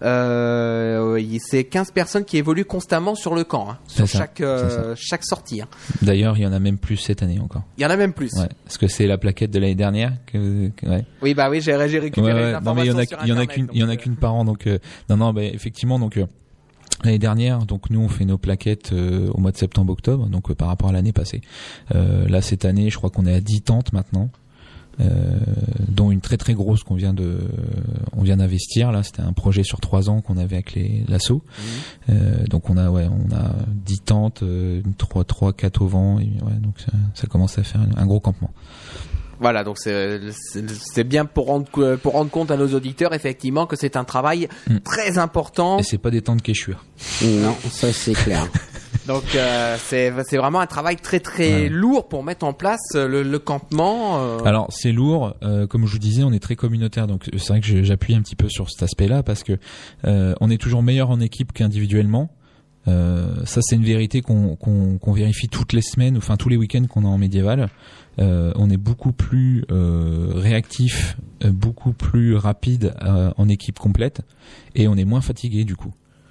euh, c'est quinze personnes qui évoluent constamment sur le camp, hein, sur ça, chaque euh, chaque sortie. Hein. D'ailleurs, il y en a même plus cette année encore. Il y en a même plus. Ouais, parce que c'est la plaquette de l'année dernière que, que ouais. Oui, bah oui, j'ai, j'ai récupéré ouais, ouais. les informations. Non, mais il y en a, sur il y en a Internet, qu'une, donc, il y en a euh... qu'une par an, donc euh, non, non, bah effectivement, donc. Euh, L'année dernière, donc nous on fait nos plaquettes euh, au mois de septembre-octobre, donc euh, par rapport à l'année passée. Euh, là cette année, je crois qu'on est à dix tentes maintenant, euh, dont une très très grosse qu'on vient de, on vient d'investir. Là, c'était un projet sur trois ans qu'on avait avec les l'assaut. Mmh. Euh, donc on a ouais, on a dix tentes, euh, trois, trois, quatre au vent, et ouais, donc ça, ça commence à faire un gros campement. Voilà, donc c'est, c'est, c'est bien pour rendre, pour rendre compte à nos auditeurs effectivement que c'est un travail mmh. très important. Et c'est pas des tentes quechures. Non, ça c'est clair. Donc euh, c'est, c'est vraiment un travail très très ouais. lourd pour mettre en place le, le campement. Euh... Alors c'est lourd, euh, comme je vous disais, on est très communautaire, donc c'est vrai que j'appuie un petit peu sur cet aspect-là parce que euh, on est toujours meilleur en équipe qu'individuellement. Euh, ça c'est une vérité qu'on, qu'on, qu'on vérifie toutes les semaines, enfin tous les week-ends qu'on a en médiéval. Euh, on est beaucoup plus euh, réactif, euh, beaucoup plus rapide euh, en équipe complète, et on est moins fatigué du coup.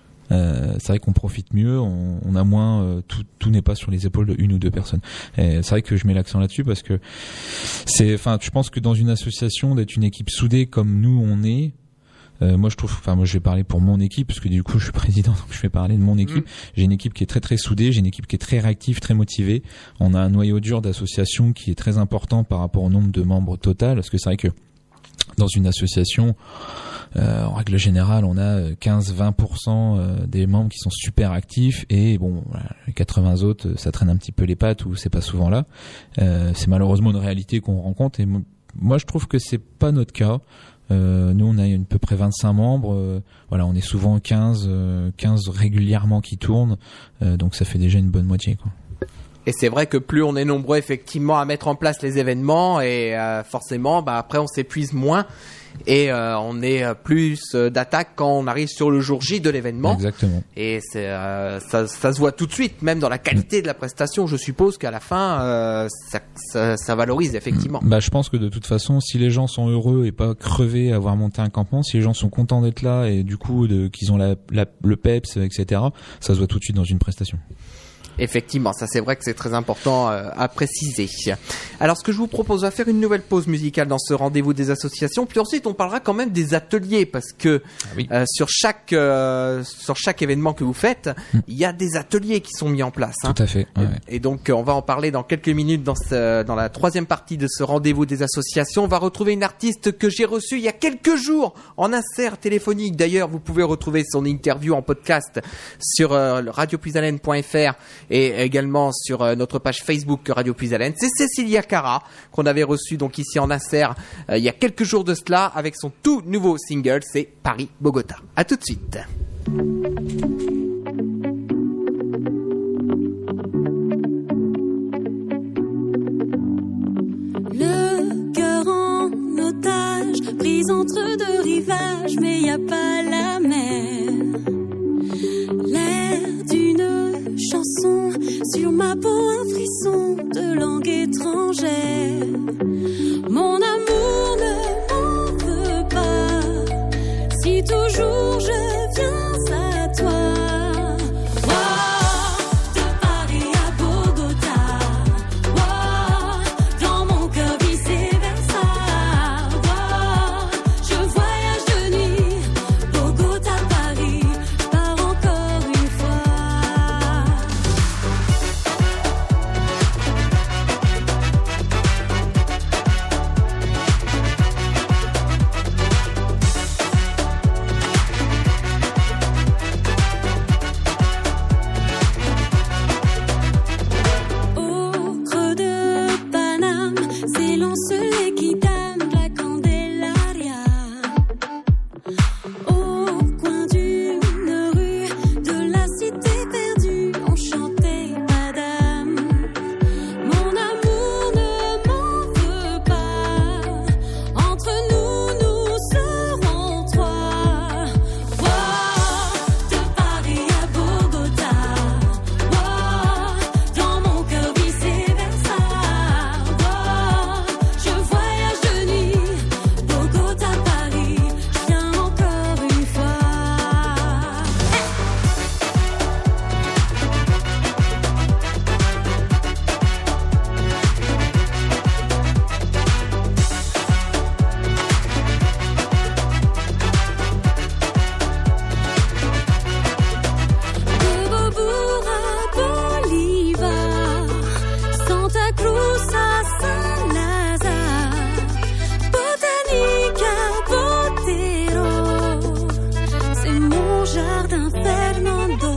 Euh, c'est vrai qu'on profite mieux, on, on a moins, euh, tout, tout n'est pas sur les épaules de une ou deux personnes. Et c'est vrai que je mets l'accent là-dessus parce que c'est, enfin, je pense que dans une association d'être une équipe soudée comme nous on est. Euh, moi je trouve, enfin moi je vais parler pour mon équipe parce que du coup je suis président donc je vais parler de mon équipe. Mmh. J'ai une équipe qui est très très soudée, j'ai une équipe qui est très réactive, très motivée. On a un noyau dur d'association qui est très important par rapport au nombre de membres total, parce que c'est vrai que dans une association, euh, en règle générale, on a quinze à vingt pour cent des membres qui sont super actifs et bon, voilà, les quatre-vingts autres, ça traîne un petit peu les pattes ou c'est pas souvent là. Euh, c'est malheureusement une réalité qu'on rencontre et moi je trouve que c'est pas notre cas. Euh, nous on a à peu près vingt-cinq membres, euh, voilà, on est souvent quinze, euh, quinze régulièrement qui tournent, euh, donc ça fait déjà une bonne moitié quoi. Et c'est vrai que plus on est nombreux effectivement à mettre en place les événements et euh, forcément bah après on s'épuise moins et euh, on est plus euh, d'attaque quand on arrive sur le jour J de l'événement. Exactement. Et c'est euh, ça, ça se voit tout de suite, même dans la qualité de la prestation. Je suppose qu'à la fin, euh, ça, ça, ça valorise effectivement. Bah, je pense que de toute façon, si les gens sont heureux et pas crevés à avoir monté un campement, si les gens sont contents d'être là et du coup de, qu'ils ont la, la, le peps, et cetera, ça se voit tout de suite dans une prestation. Effectivement, ça c'est vrai que c'est très important euh, à préciser. Alors ce que je vous propose, on va faire une nouvelle pause musicale dans ce rendez-vous des associations, puis ensuite on parlera quand même des ateliers, parce que ah oui. euh, sur chaque euh, sur chaque événement que vous faites, mmh. il y a des ateliers qui sont mis en place. Hein. Tout à fait. Ouais. Et, et donc on va en parler dans quelques minutes dans ce, dans la troisième partie de ce rendez-vous des associations. On va retrouver une artiste que j'ai reçue il y a quelques jours en insert téléphonique. D'ailleurs, vous pouvez retrouver son interview en podcast sur euh, radio puis haleine point f r et également sur euh, notre page Facebook Radio Puis Haleine. C'est Cécilia Cara qu'on avait reçue donc ici en insert euh, il y a quelques jours de cela avec son tout nouveau single, c'est Paris-Bogota. À tout de suite. Le cœur en otage, prise entre deux rivages, mais y a pas la mer. L'air d'une chanson, sur ma peau un frisson de langue étrangère. Mon amour ne m'en veut pas, si toujours je viens à toi. We'll be right back. San Fernando.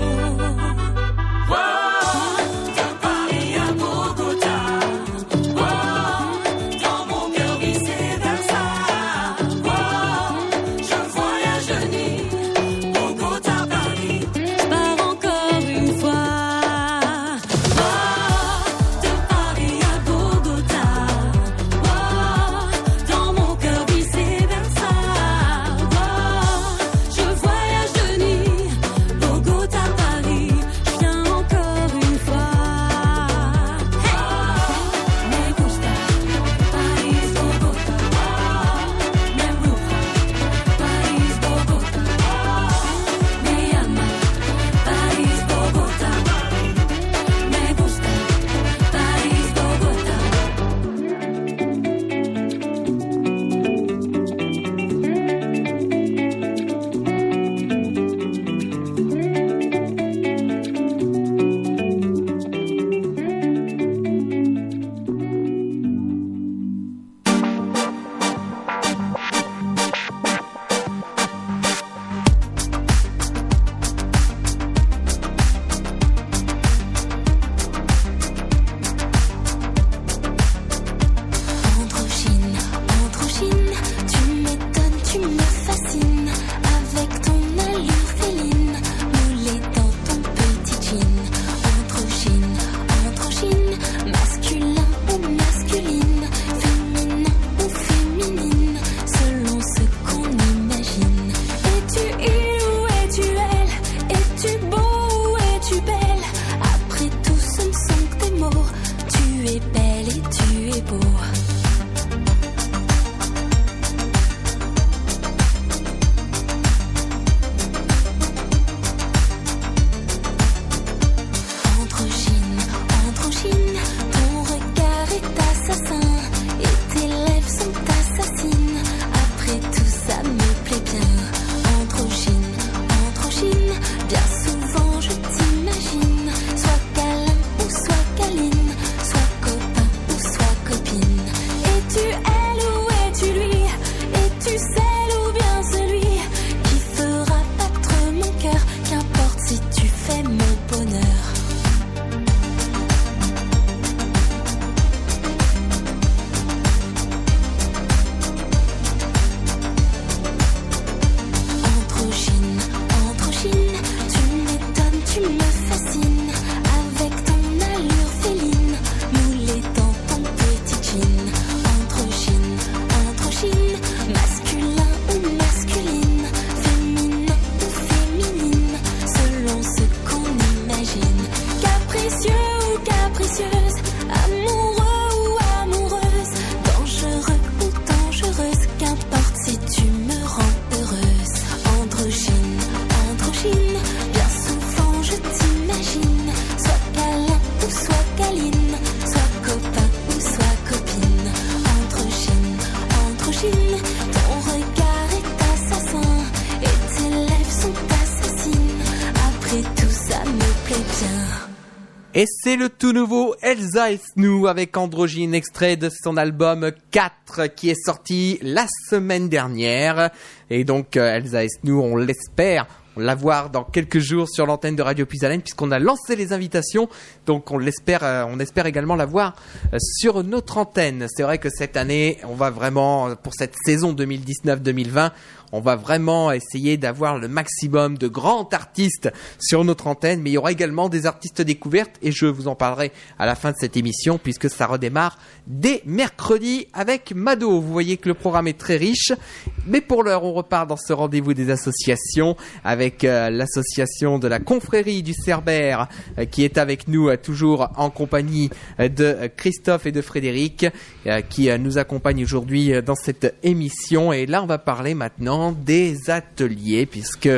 Et c'est le tout nouveau Elsa et Snow avec Androgyne, extrait de son album quatre qui est sorti la semaine dernière. Et donc Elsa et Snow, on l'espère, on la voir dans quelques jours sur l'antenne de Radio Puisalène puisqu'on a lancé les invitations. Donc on l'espère, euh, on espère également la voir euh, sur notre antenne. C'est vrai que cette année, on va vraiment, pour cette saison deux mille dix-neuf deux mille vingt, on va vraiment essayer d'avoir le maximum de grands artistes sur notre antenne, mais il y aura également des artistes découvertes et je vous en parlerai à la fin de cette émission puisque ça redémarre dès mercredi avec Mado. Vous voyez que le programme est très riche, mais pour l'heure, on repart dans ce rendez-vous des associations avec euh, l'association de la confrérie du Cerbère euh, qui est avec nous euh, toujours en compagnie euh, de Christophe et de Frédéric euh, qui euh, nous accompagnent aujourd'hui euh, dans cette émission. Et là, on va parler maintenant des ateliers, puisque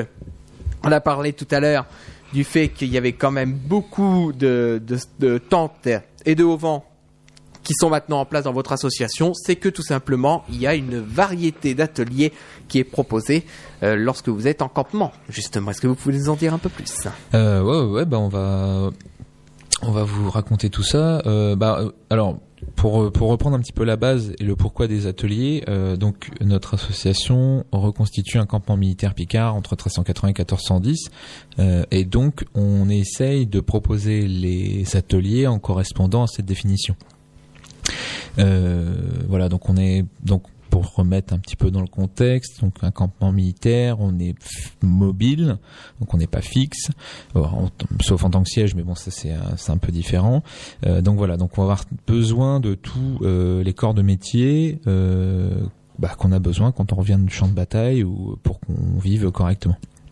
on a parlé tout à l'heure du fait qu'il y avait quand même beaucoup de, de, de tentes et de auvents qui sont maintenant en place dans votre association. C'est que tout simplement il y a une variété d'ateliers qui est proposée euh, lorsque vous êtes en campement. Justement, est-ce que vous pouvez nous en dire un peu plus? euh, Ouais, ouais, bah on va on va vous raconter tout ça. Euh, bah alors pour pour reprendre un petit peu la base et le pourquoi des ateliers, euh, donc notre association reconstitue un campement militaire Picard entre treize cent quatre-vingts et quatorze cent dix, euh, et donc on essaye de proposer les ateliers en correspondant à cette définition. Euh, voilà, donc on est donc pour remettre un petit peu dans le contexte, donc un campement militaire, on est f- mobile, donc on n'est pas fixe, alors, sauf en tant que siège, mais bon ça c'est, c'est un peu différent. Euh, donc voilà, donc on va avoir besoin de tous euh, les corps de métier euh, bah, qu'on a besoin quand on revient du champ de bataille ou pour qu'on vive correctement.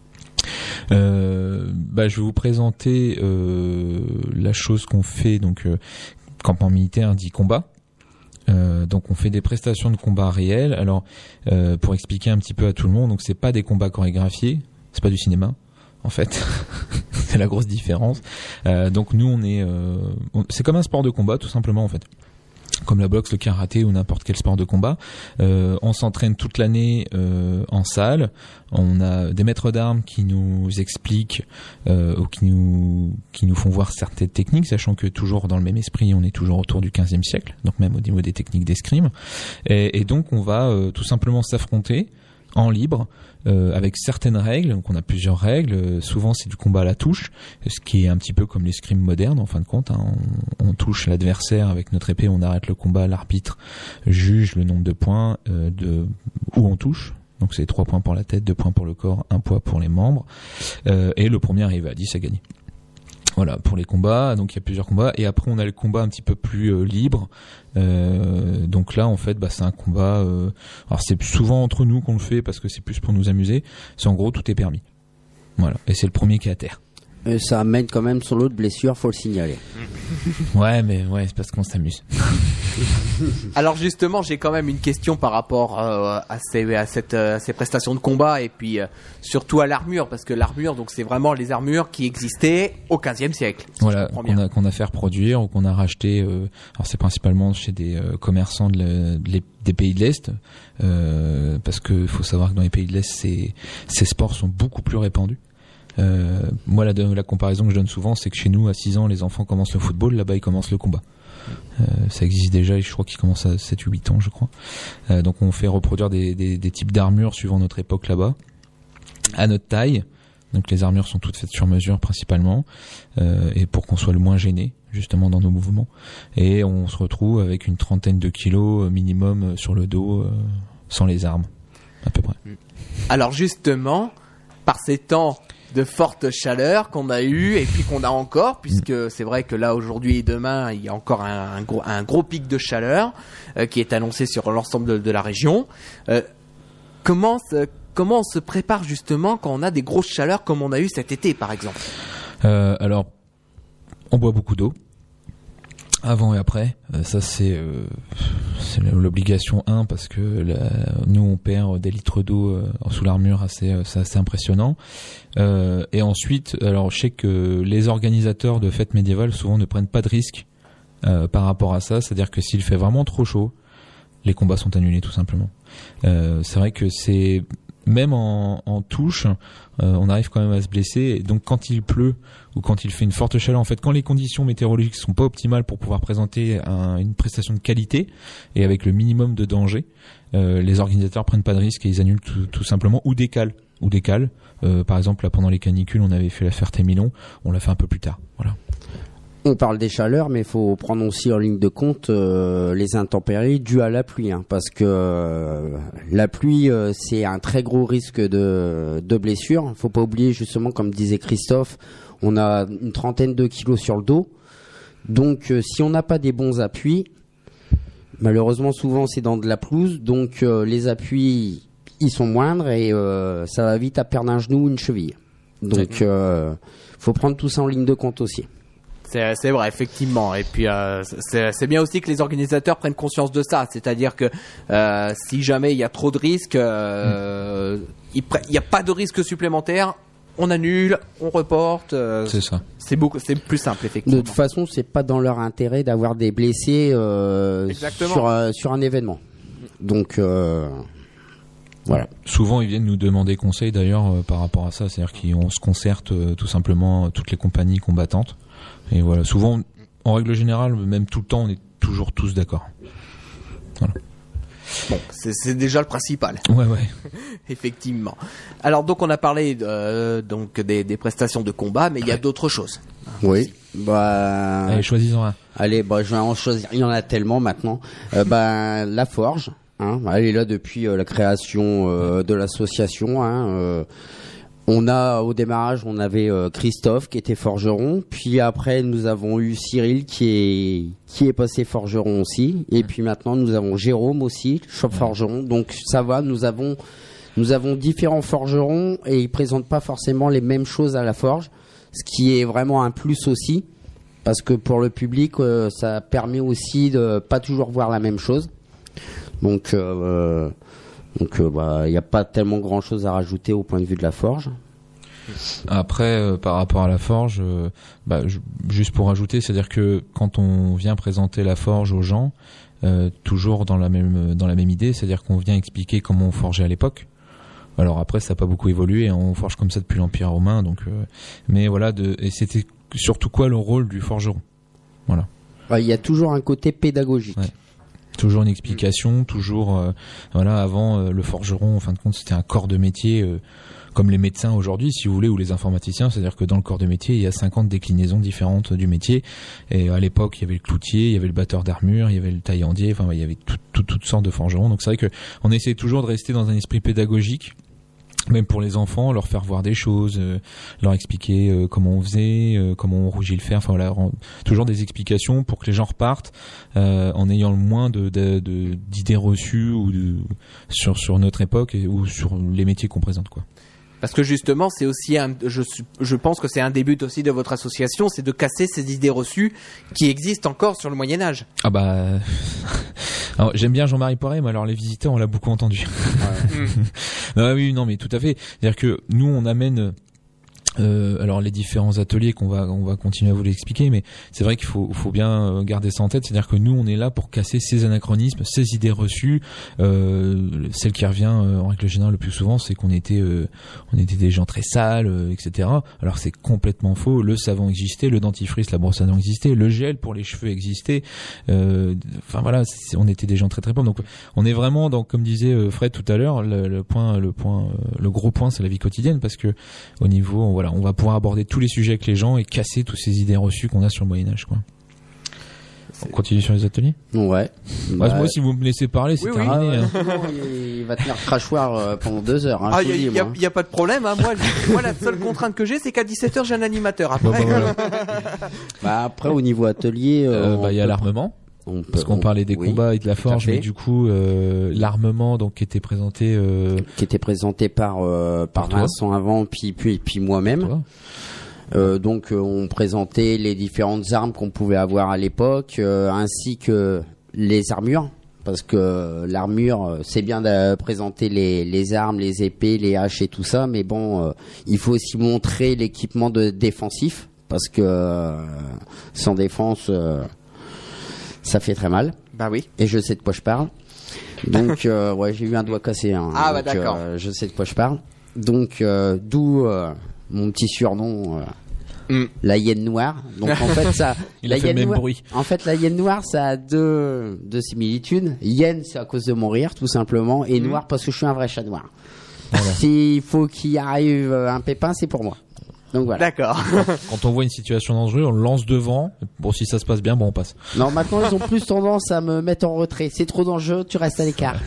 Euh, bah, je vais vous présenter euh, la chose qu'on fait, donc euh, campement militaire dit combat. Euh, donc on fait des prestations de combat réelles. Alors euh, pour expliquer un petit peu à tout le monde, donc c'est pas des combats chorégraphiés, c'est pas du cinéma en fait. C'est la grosse différence. Euh, donc nous on est, euh, on, c'est comme un sport de combat tout simplement en fait. Comme la boxe, le karaté ou n'importe quel sport de combat. Euh, on s'entraîne toute l'année euh, en salle. On a des maîtres d'armes qui nous expliquent euh, ou qui nous qui nous font voir certaines techniques, sachant que toujours dans le même esprit, on est toujours autour du quinzième siècle, donc même au niveau des techniques d'escrime. Et, et donc on va euh, tout simplement s'affronter en libre, euh, avec certaines règles. Donc on a plusieurs règles. Euh, souvent c'est du combat à la touche, ce qui est un petit peu comme l'escrime moderne en fin de compte. Hein. On, on touche l'adversaire avec notre épée, on arrête le combat, l'arbitre juge le nombre de points euh, de où on touche. Donc c'est trois points pour la tête, deux points pour le corps, un point pour les membres. Euh, et le premier arrivé à dix a gagné. Voilà, pour les combats, donc il y a plusieurs combats, et après on a le combat un petit peu plus euh, libre. Euh, donc là, en fait, bah, c'est un combat. Euh, alors c'est souvent entre nous qu'on le fait parce que c'est plus pour nous amuser. C'est en gros tout est permis. Voilà, et c'est le premier qui est à terre. Et ça amène quand même son lot de blessures, faut le signaler. Ouais, mais ouais, c'est parce qu'on s'amuse. Alors justement, j'ai quand même une question par rapport euh, à, ces, à, cette, à ces prestations de combat et puis euh, surtout à l'armure, parce que l'armure, donc c'est vraiment les armures qui existaient au quinzième siècle. Si voilà, qu'on a, qu'on a fait reproduire ou qu'on a racheté. Euh, alors c'est principalement chez des euh, commerçants de le, de les, des pays de l'Est, euh, parce que faut savoir que dans les pays de l'Est, ces, ces sports sont beaucoup plus répandus. Euh, moi, la, la comparaison que je donne souvent, c'est que chez nous, à six ans, les enfants commencent le football, là-bas, ils commencent le combat. Euh, ça existe déjà, je crois qu'ils commencent à sept ou huit ans, je crois. Euh, donc, on fait reproduire des, des, des types d'armures suivant notre époque là-bas, à notre taille. Donc, les armures sont toutes faites sur mesure, principalement, euh, et pour qu'on soit le moins gêné, justement, dans nos mouvements. Et on se retrouve avec une trentaine de kilos minimum sur le dos, euh, sans les armes, à peu près. Alors, justement, par ces temps de forte chaleur qu'on a eu et puis qu'on a encore, puisque c'est vrai que là aujourd'hui et demain il y a encore un, un, gros, un gros pic de chaleur euh, qui est annoncé sur l'ensemble de, de la région. Euh, comment, se, comment on se prépare justement quand on a des grosses chaleurs comme on a eu cet été par exemple? euh, Alors, on boit beaucoup d'eau. Avant et après, euh, ça c'est, euh, c'est l'obligation un parce que la, nous on perd des litres d'eau euh, sous l'armure, assez, euh, c'est assez impressionnant. Euh, et ensuite, alors je sais que les organisateurs de fêtes médiévales souvent ne prennent pas de risques euh, par rapport à ça, c'est-à-dire que s'il fait vraiment trop chaud, les combats sont annulés tout simplement. Euh, c'est vrai que c'est même en, en touche, euh, on arrive quand même à se blesser. Et donc quand il pleut ou quand il fait une forte chaleur, en fait, quand les conditions météorologiques sont pas optimales pour pouvoir présenter un, une prestation de qualité et avec le minimum de danger, euh, les organisateurs prennent pas de risques et ils annulent tout, tout simplement ou décalent. Ou décalent. Euh, par exemple, là, pendant les canicules, on avait fait la Ferté-Milon, on l'a fait un peu plus tard. Voilà. On parle des chaleurs, mais il faut prendre aussi en ligne de compte euh, les intempéries dues à la pluie, hein, parce que euh, la pluie, euh, c'est un très gros risque de, de blessure. Faut pas oublier, justement, comme disait Christophe, on a une trentaine de kilos sur le dos. Donc, euh, si on n'a pas des bons appuis, malheureusement, souvent, c'est dans de la pelouse. Donc, euh, les appuis, ils sont moindres et euh, ça va vite à perdre un genou ou une cheville. Donc, euh, faut prendre tout ça en ligne de compte aussi. C'est, c'est vrai, effectivement. Et puis, euh, c'est, c'est bien aussi que les organisateurs prennent conscience de ça. C'est-à-dire que euh, si jamais il y a trop de risques, euh, mmh. il n'y a pas de risque supplémentaire, on annule, on reporte. Euh, c'est ça. C'est beaucoup, c'est plus simple, effectivement. De toute façon, c'est pas dans leur intérêt d'avoir des blessés euh, sur, euh, sur un événement. Donc, euh, voilà. Souvent, ils viennent nous demander conseil d'ailleurs euh, par rapport à ça. C'est-à-dire qu'on se concerte euh, tout simplement toutes les compagnies combattantes. Et voilà, souvent, en règle générale, même tout le temps, on est toujours tous d'accord. Voilà. Bon, c'est, c'est déjà le principal. Ouais, ouais. Effectivement. Alors donc on a parlé euh, donc des, des prestations de combat, mais il y a d'autres choses. Oui. Bah. Allez, choisis-en un. Allez, bah je vais en choisir. Il y en a tellement maintenant. Euh, bah la forge. Hein, elle est là depuis euh, la création euh, de l'association. Hein, euh, on a au démarrage, on avait euh, Christophe qui était forgeron, puis après nous avons eu Cyril qui est qui est passé forgeron aussi, et puis maintenant nous avons Jérôme aussi, shop forgeron. Donc ça va, nous avons nous avons différents forgerons et ils présentent pas forcément les mêmes choses à la forge, ce qui est vraiment un plus aussi, parce que pour le public, euh, ça permet aussi de pas toujours voir la même chose. Donc, euh, donc, euh, bah, il n'y a pas tellement grand chose à rajouter au point de vue de la forge. Après, euh, par rapport à la forge, euh, bah, je, juste pour ajouter, c'est-à-dire que quand on vient présenter la forge aux gens, euh, toujours dans la même dans la même idée, c'est-à-dire qu'on vient expliquer comment on forgeait à l'époque. Alors après, ça n'a pas beaucoup évolué, on forge comme ça depuis l'Empire romain, donc. Euh, mais voilà, de, et c'était surtout quoi le rôle du forgeron. Voilà. Il y a toujours un côté pédagogique. Ouais. Toujours une explication, toujours euh, voilà. Avant euh, le forgeron, en fin de compte, c'était un corps de métier euh, comme les médecins aujourd'hui, si vous voulez, ou les informaticiens. C'est-à-dire que dans le corps de métier, il y a cinquante déclinaisons différentes du métier. Et à l'époque, il y avait le cloutier, il y avait le batteur d'armure, il y avait le taillandier. Enfin, il y avait tout, tout, toutes sortes de forgerons. Donc c'est vrai que on essaie toujours de rester dans un esprit pédagogique. Même pour les enfants, leur faire voir des choses, euh, leur expliquer euh, comment on faisait, euh, comment on rougit le fer, enfin voilà, toujours des explications pour que les gens repartent euh, en ayant le moins de, de, de d'idées reçues ou de, sur sur notre époque et, ou sur les métiers qu'on présente, quoi. Parce que justement, c'est aussi un, je, je pense que c'est un des buts aussi de votre association, c'est de casser ces idées reçues qui existent encore sur le Moyen-Âge. Ah bah, alors, j'aime bien Jean-Marie Poiret, mais alors les visiteurs, on l'a beaucoup entendu. Ouais. Non, oui, non, mais tout à fait. C'est-à-dire que nous, on amène. Euh, alors les différents ateliers qu'on va on va continuer à vous l'expliquer, mais c'est vrai qu'il faut faut bien garder ça en tête, c'est-à-dire que nous on est là pour casser ces anachronismes, ces idées reçues. Euh, celle qui revient euh, en règle générale le plus souvent, c'est qu'on était euh, on était des gens très sales, euh, et cetera. Alors c'est complètement faux. Le savon existait, le dentifrice, la brosse à dents existait, le gel pour les cheveux existait. Euh, enfin voilà, c'est, on était des gens très très pauvres. Donc on est vraiment dans, comme disait euh, Fred tout à l'heure, le, le point le point euh, le gros point, c'est la vie quotidienne, parce que au niveau on, voilà on va pouvoir aborder tous les sujets avec les gens et casser toutes ces idées reçues qu'on a sur le Moyen-Âge, quoi. On continue sur les ateliers ? Ouais. Bah, moi, si vous me laissez parler, c'est oui, terminé. Oui. Hein. Ah, non, il va tenir crachoir euh, pendant deux heures. Hein, Ah, il dis, n'y a, a, a pas de problème. Hein. Moi, moi, la seule contrainte que j'ai, c'est qu'à dix-sept heures, j'ai un animateur. Après, bah, bah, voilà. bah, après au niveau atelier, il euh, bah, y a l'armement. On peut, Parce qu'on on, parlait des oui, combats et de la forge, mais du coup euh, l'armement donc qui était présenté, euh... qui était présenté par euh, par, par Vincent avant, puis puis puis moi-même. Euh, donc euh, on présentait les différentes armes qu'on pouvait avoir à l'époque, euh, ainsi que les armures, parce que l'armure, c'est bien de présenter les les armes, les épées, les haches et tout ça, mais bon, euh, il faut aussi montrer l'équipement de défensif, parce que euh, sans défense euh, ça fait très mal. Bah oui. Et je sais de quoi je parle. Donc, euh, ouais, j'ai eu un doigt cassé. Hein. Ah donc, bah d'accord. Euh, je sais de quoi je parle. Donc, euh, d'où euh, mon petit surnom, euh, mm. la hyène noire. Donc, en fait, ça, il la a fait hyène le même noire, bruit. En fait, la hyène noire, ça a deux, deux similitudes. Hyène, c'est à cause de mon rire, tout simplement, et mm. noir parce que je suis un vrai chat noir. Voilà. S'il faut qu'il arrive un pépin, c'est pour moi. Donc voilà. D'accord. Quand on voit une situation dangereuse, on le lance devant. Bon, si ça se passe bien, bon, on passe. Non, maintenant ils ont plus tendance à me mettre en retrait. C'est trop dangereux, tu restes à l'écart.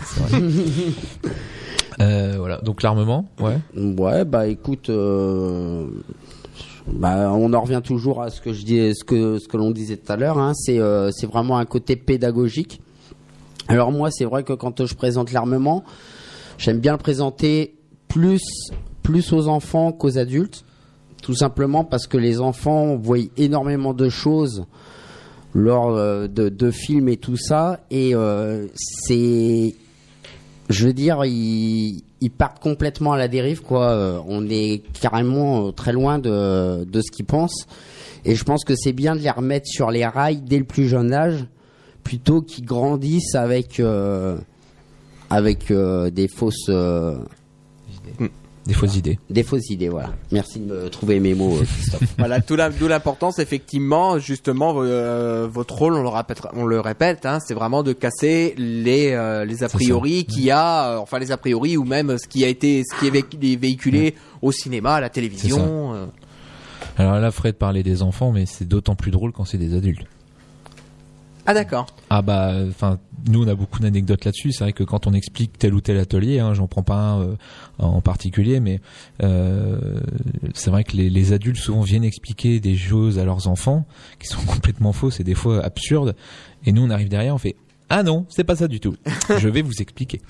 euh, voilà. Donc l'armement, ouais. Ouais, bah écoute, euh, bah on en revient toujours à ce que je dis, ce que ce que l'on disait tout à l'heure. Hein, c'est euh, c'est vraiment un côté pédagogique. Alors moi, c'est vrai que quand je présente l'armement, j'aime bien le présenter plus plus aux enfants qu'aux adultes. Tout simplement parce que les enfants voient énormément de choses lors de, de films et tout ça, et euh, c'est, je veux dire, ils, ils partent complètement à la dérive, quoi. On est carrément très loin de, de ce qu'ils pensent, et je pense que c'est bien de les remettre sur les rails dès le plus jeune âge, plutôt qu'ils grandissent avec euh, avec euh, des fausses euh, Des fausses idées. Des fausses idées, voilà. Merci de me trouver mes mots, Christophe. Voilà, tout la, d'où l'importance, effectivement, justement, euh, votre rôle, on le répète, on le répète, hein, c'est vraiment de casser les euh, les a priori qu'il y a, euh, enfin les a priori ou même ce qui a été, ce qui est vé- véhiculé ouais. au cinéma, à la télévision. Euh. Alors là, Fred parlait des enfants, mais c'est d'autant plus drôle quand c'est des adultes. Ah d'accord. Ah bah, enfin, nous on a beaucoup d'anecdotes là-dessus. C'est vrai que quand on explique tel ou tel atelier, hein, j'en prends pas un euh, en particulier, mais euh, c'est vrai que les, les adultes souvent viennent expliquer des choses à leurs enfants qui sont complètement fausses et des fois absurdes. Et nous on arrive derrière, on fait ah non, c'est pas ça du tout. Je vais vous expliquer.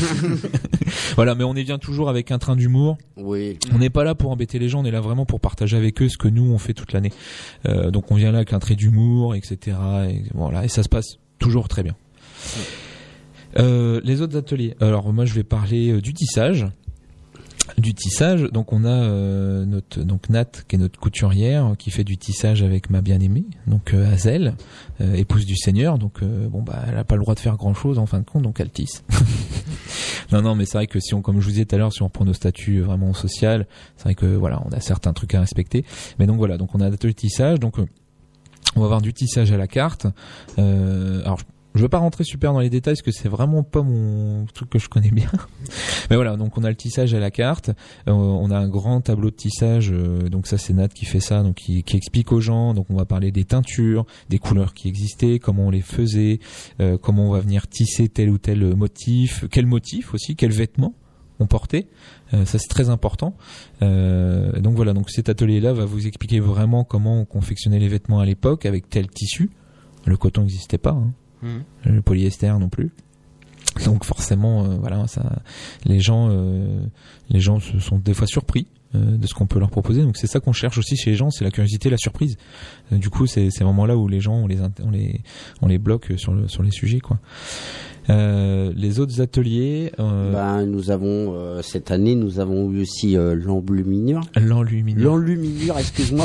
Voilà, mais on y vient toujours avec un train d'humour. Oui. On n'est pas là pour embêter les gens, on est là vraiment pour partager avec eux ce que nous on fait toute l'année. Euh, donc on vient là avec un trait d'humour, et cetera. Et voilà, et ça se passe toujours très bien. Euh, les autres ateliers. Alors moi je vais parler euh, du tissage. Du tissage, donc on a euh, notre donc Nat qui est notre couturière qui fait du tissage avec ma bien-aimée, donc euh, Hazel, euh, épouse du Seigneur, donc euh, bon bah elle a pas le droit de faire grand chose en fin de compte, donc elle tisse. non non mais c'est vrai que si on, comme je vous disais tout à l'heure, si on reprend nos statuts vraiment social, c'est vrai que voilà on a certains trucs à respecter, mais donc voilà donc on a un atelier de tissage, donc euh, on va avoir du tissage à la carte. Euh, alors je veux pas rentrer super dans les détails parce que c'est vraiment pas mon truc que je connais bien. Mais voilà, donc on a le tissage à la carte, euh, on a un grand tableau de tissage, euh, donc ça c'est Nat qui fait ça, donc qui, qui explique aux gens. Donc on va parler des teintures, des couleurs qui existaient, comment on les faisait, euh, comment on va venir tisser tel ou tel motif, quel motif aussi, quel vêtement on portait. Euh, ça c'est très important. Euh, donc voilà, donc cet atelier-là va vous expliquer vraiment comment on confectionnait les vêtements à l'époque avec tel tissu. Le coton n'existait pas. Hein. Mmh. Le polyester non plus. Donc forcément, euh, voilà, ça, les gens, euh, les gens se sont des fois surpris euh, de ce qu'on peut leur proposer. Donc c'est ça qu'on cherche aussi chez les gens, c'est la curiosité, la surprise. Euh, du coup, c'est c'est vraiment là où les gens, on les, on les, on les bloque sur le, sur les sujets, quoi. Euh, les autres ateliers. Euh... Ben, nous avons euh, cette année, nous avons eu aussi euh, l'enluminure. L'enluminure. L'enluminure, excuse-moi.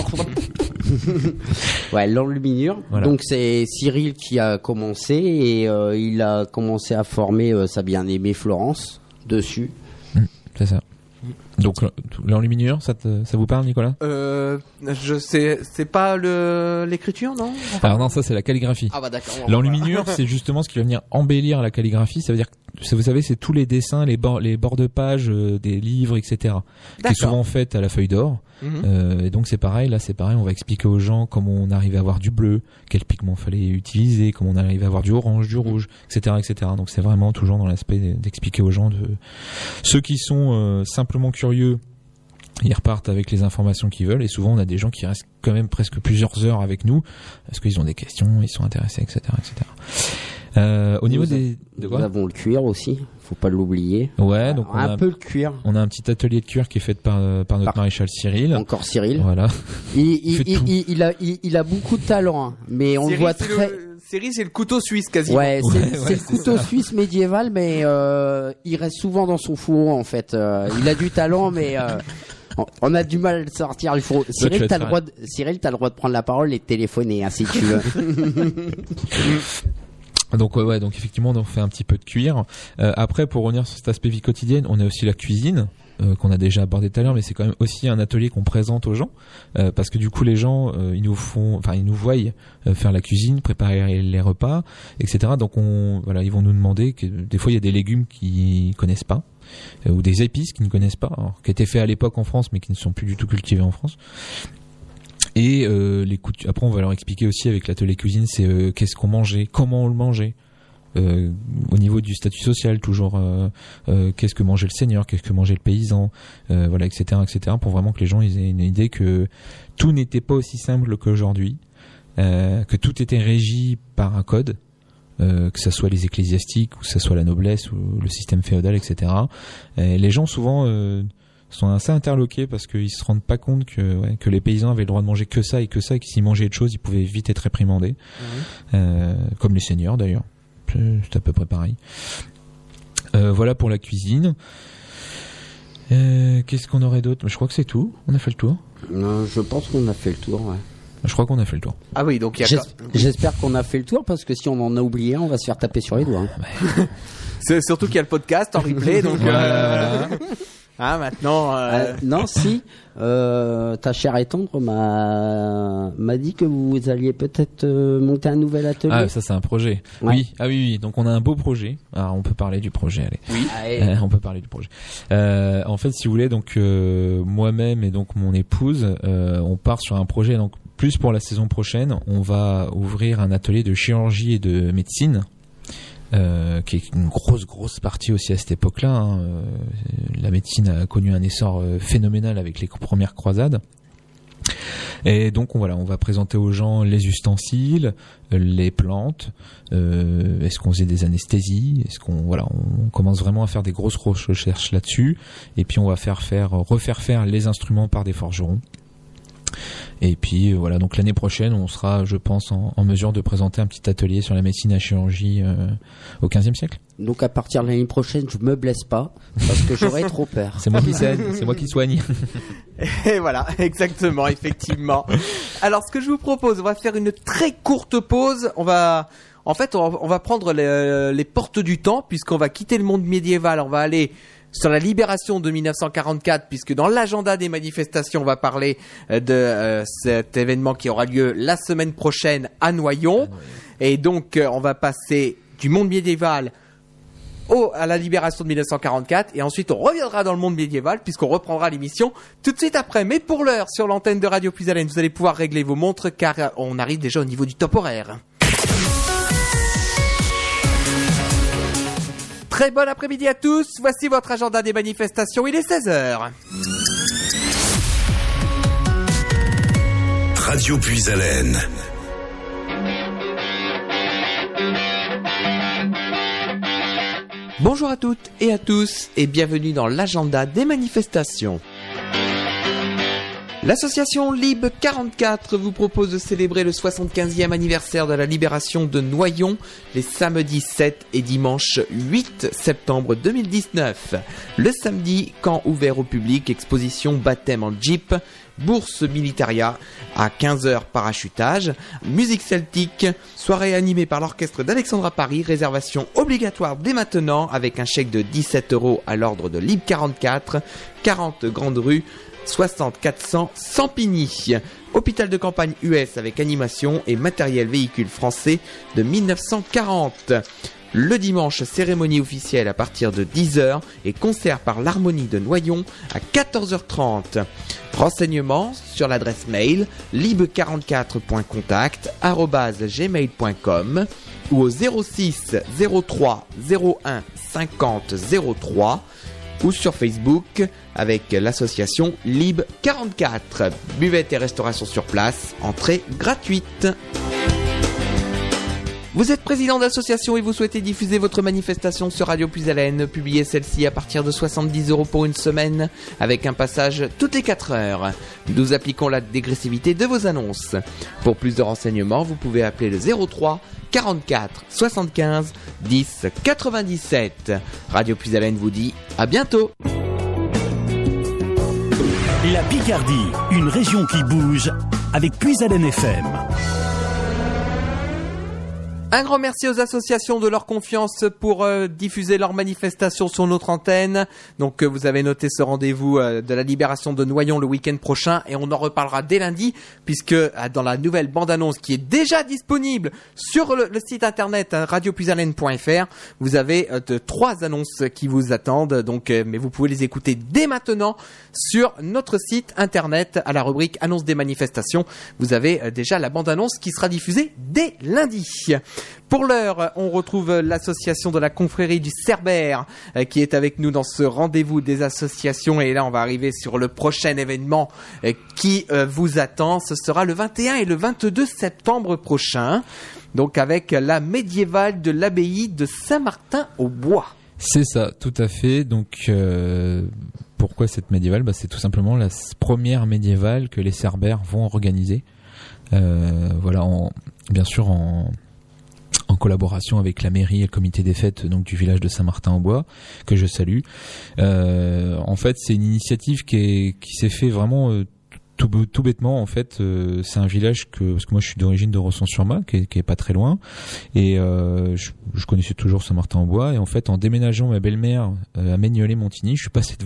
Ouais, l'enluminure. Voilà. Donc c'est Cyril qui a commencé et euh, il a commencé à former euh, sa bien-aimée Florence dessus. Mmh, c'est ça. Donc l'enluminure, ça te, ça vous parle, Nicolas? Euh, je sais, c'est pas le l'écriture, non? Enfin... Alors non, ça c'est la calligraphie. Ah bah d'accord. L'enluminure, c'est justement ce qui va venir embellir la calligraphie. Ça veut dire, que, vous savez, c'est tous les dessins, les bords, les bords de page euh, des livres, et cetera. Qui est souvent fait à la feuille d'or. Mmh. Euh, et donc c'est pareil, là c'est pareil, on va expliquer aux gens comment on arrivait à avoir du bleu, quel pigment fallait utiliser, comment on arrivait à avoir du orange, du rouge, et cetera, et cetera. Donc c'est vraiment toujours dans l'aspect d'expliquer aux gens, de ceux qui sont euh, simplement curieux, ils repartent avec les informations qu'ils veulent, et souvent on a des gens qui restent quand même presque plusieurs heures avec nous parce qu'ils ont des questions, ils sont intéressés, et cetera, et cetera. Euh, au niveau nous des, de nous avons le cuir aussi, faut pas l'oublier. Ouais, donc on un a un peu le cuir. On a un petit atelier de cuir qui est fait par par notre par, maréchal Cyril. Encore Cyril. Voilà. Il, il, il, il, il a il, il a beaucoup de talent, hein, mais on Cyril, le voit très. Le... Cyril, c'est le couteau suisse quasiment. Ouais, c'est, ouais, c'est ouais, le c'est couteau ça. suisse médiéval, mais euh, il reste souvent dans son fourreau en fait. Euh, il a du talent, mais euh, on a du mal à le sortir du fourreau. Cyril, t'as le droit de, Cyril, t'as le droit de prendre la parole et de téléphoner, hein, si tu veux. Donc ouais, ouais, donc effectivement on fait un petit peu de cuir. Euh, après, pour revenir sur cet aspect vie quotidienne, on a aussi la cuisine euh, qu'on a déjà abordé tout à l'heure, mais c'est quand même aussi un atelier qu'on présente aux gens euh, parce que du coup les gens euh, ils nous font, enfin ils nous voient euh, faire la cuisine, préparer les repas, et cetera. Donc on, voilà, ils vont nous demander que des fois il y a des légumes qu'ils connaissent pas euh, ou des épices qu'ils ne connaissent pas, alors, qui étaient faits à l'époque en France mais qui ne sont plus du tout cultivés en France. Et euh, les coutu- après on va leur expliquer aussi avec l'atelier cuisine, c'est euh, qu'est-ce qu'on mangeait, comment on le mangeait, euh, au niveau du statut social toujours, euh, euh, qu'est-ce que mangeait le seigneur, qu'est-ce que mangeait le paysan, euh, voilà, et cetera, et cetera, pour vraiment que les gens ils aient une idée que tout n'était pas aussi simple qu'aujourd'hui, euh, que tout était régi par un code, euh, que ça soit les ecclésiastiques ou que ça soit la noblesse ou le système féodal, et cetera. Et les gens souvent euh, sont assez interloqués parce qu'ils se rendent pas compte que, ouais, que les paysans avaient le droit de manger que ça et que ça, et que s'ils mangeaient autre chose, ils pouvaient vite être réprimandés. Mmh. Euh, comme les seigneurs d'ailleurs. C'est, c'est à peu près pareil. Euh, voilà pour la cuisine. Euh, qu'est-ce qu'on aurait d'autre ? Je crois que c'est tout. On a fait le tour. Non, je pense qu'on a fait le tour, ouais. Je crois qu'on a fait le tour. Ah oui, donc il y a... J'es- J'espère qu'on a fait le tour parce que si on en a oublié un, on va se faire taper sur les doigts. Hein. C'est surtout qu'il y a le podcast en replay, donc... Voilà. Euh... Hein, maintenant. Euh... Euh, non, si. Euh, ta chère et tendre m'a m'a dit que vous alliez peut-être euh, monter un nouvel atelier. Ah, ça c'est un projet. Ouais. Oui, ah oui, oui. Donc on a un beau projet. Alors on peut parler du projet. Allez. Oui. Euh, on peut parler du projet. Euh, en fait, si vous voulez, donc euh, moi-même et donc mon épouse, euh, on part sur un projet. Donc plus pour la saison prochaine, on va ouvrir un atelier de chirurgie et de médecine. Euh, qui est une grosse grosse partie aussi à cette époque-là. Hein. Euh, la médecine a connu un essor euh, phénoménal avec les premières croisades. Et donc on, voilà, on va présenter aux gens les ustensiles, les plantes. Euh, est-ce qu'on faisait des anesthésies ? Est-ce qu'on voilà, on commence vraiment à faire des grosses recherches là-dessus. Et puis on va faire faire refaire faire les instruments par des forgerons. Et puis voilà, donc l'année prochaine, on sera, je pense, en, en mesure de présenter un petit atelier sur la médecine et la chirurgie euh, au quinzième siècle. Donc à partir de l'année prochaine, je me blesse pas parce que j'aurais trop peur. C'est moi qui saigne, c'est moi qui soigne. Et voilà, exactement, effectivement. Alors ce que je vous propose, on va faire une très courte pause. On va, en fait, on va, on va prendre les, les portes du temps puisqu'on va quitter le monde médiéval. On va aller sur la libération de mille neuf cent quarante-quatre, puisque dans l'agenda des manifestations, on va parler de euh, cet événement qui aura lieu la semaine prochaine à Noyon. À Noyon. Et donc, euh, on va passer du monde médiéval au, à la libération de mille neuf cent quarante-quatre, et ensuite on reviendra dans le monde médiéval, puisqu'on reprendra l'émission tout de suite après. Mais pour l'heure, sur l'antenne de Radio Puisalène, vous allez pouvoir régler vos montres, car on arrive déjà au niveau du top horaire. Très bon après-midi à tous, voici votre agenda des manifestations, il est seize heures. Radio Puisalène. Bonjour à toutes et à tous et bienvenue dans l'agenda des manifestations. L'association Lib quarante-quatre vous propose de célébrer le soixante-quinzième anniversaire de la libération de Noyon les samedis sept et dimanche huit septembre deux mille dix-neuf. Le samedi, camp ouvert au public, exposition baptême en Jeep, bourse militaria à quinze heures parachutage, musique celtique, soirée animée par l'orchestre d'Alexandra Paris, réservation obligatoire dès maintenant avec un chèque de dix-sept euros à l'ordre de Lib quarante-quatre, quarante Grande Rue, soixante quatre cents Sampigny. Hôpital de campagne U S avec animation et matériel véhicule français de mille neuf cent quarante. Le dimanche, cérémonie officielle à partir de dix heures et concert par l'Harmonie de Noyon à quatorze heures trente. Renseignements sur l'adresse mail lib quarante-quatre point contact arobase gmail point com ou au zéro six zéro trois zéro un cinquante zéro trois ou sur Facebook avec l'association Lib quarante-quatre. Buvette et restauration sur place, entrée gratuite. Vous êtes président d'association et vous souhaitez diffuser votre manifestation sur Radio Puisalène. Publiez celle-ci à partir de soixante-dix euros pour une semaine, avec un passage toutes les quatre heures. Nous appliquons la dégressivité de vos annonces. Pour plus de renseignements, vous pouvez appeler le zéro trois quarante-quatre soixante-quinze dix quatre-vingt-dix-sept. Radio Puisalène vous dit à bientôt. La Picardie, une région qui bouge avec Puisalène F M. Un grand merci aux associations de leur confiance pour euh, diffuser leurs manifestations sur notre antenne. Donc euh, vous avez noté ce rendez-vous euh, de la libération de Noyon le week-end prochain et on en reparlera dès lundi puisque euh, dans la nouvelle bande-annonce qui est déjà disponible sur le, le site internet hein, radio puisalène point f r, vous avez euh, de, trois annonces qui vous attendent. Donc, euh, mais vous pouvez les écouter dès maintenant sur notre site internet à la rubrique annonce des manifestations. Vous avez euh, déjà la bande-annonce qui sera diffusée dès lundi. Pour l'heure, on retrouve l'association de la confrérie du Cerbère euh, qui est avec nous dans ce rendez-vous des associations. Et là, on va arriver sur le prochain événement euh, qui euh, vous attend. Ce sera le vingt et un et le vingt-deux septembre prochain. Donc avec la médiévale de l'abbaye de Saint-Martin-au-Bois. C'est ça, tout à fait. Donc euh, pourquoi cette médiévale ? Bah, c'est tout simplement la première médiévale que les Cerbères vont organiser. Euh, voilà, en, bien sûr en... en collaboration avec la mairie et le comité des fêtes donc du village de Saint-Martin-en-Bois que je salue. Euh, en fait, c'est une initiative qui est qui s'est fait vraiment euh, tout, tout bêtement. En fait, euh, c'est un village que parce que moi je suis d'origine de Rosson-sur-Mat, qui est, qui est pas très loin, et euh, je, je connaissais toujours Saint-Martin-en-Bois. Et en fait, en déménageant ma belle-mère euh, à Maignolet-Montigny, je suis passé devant.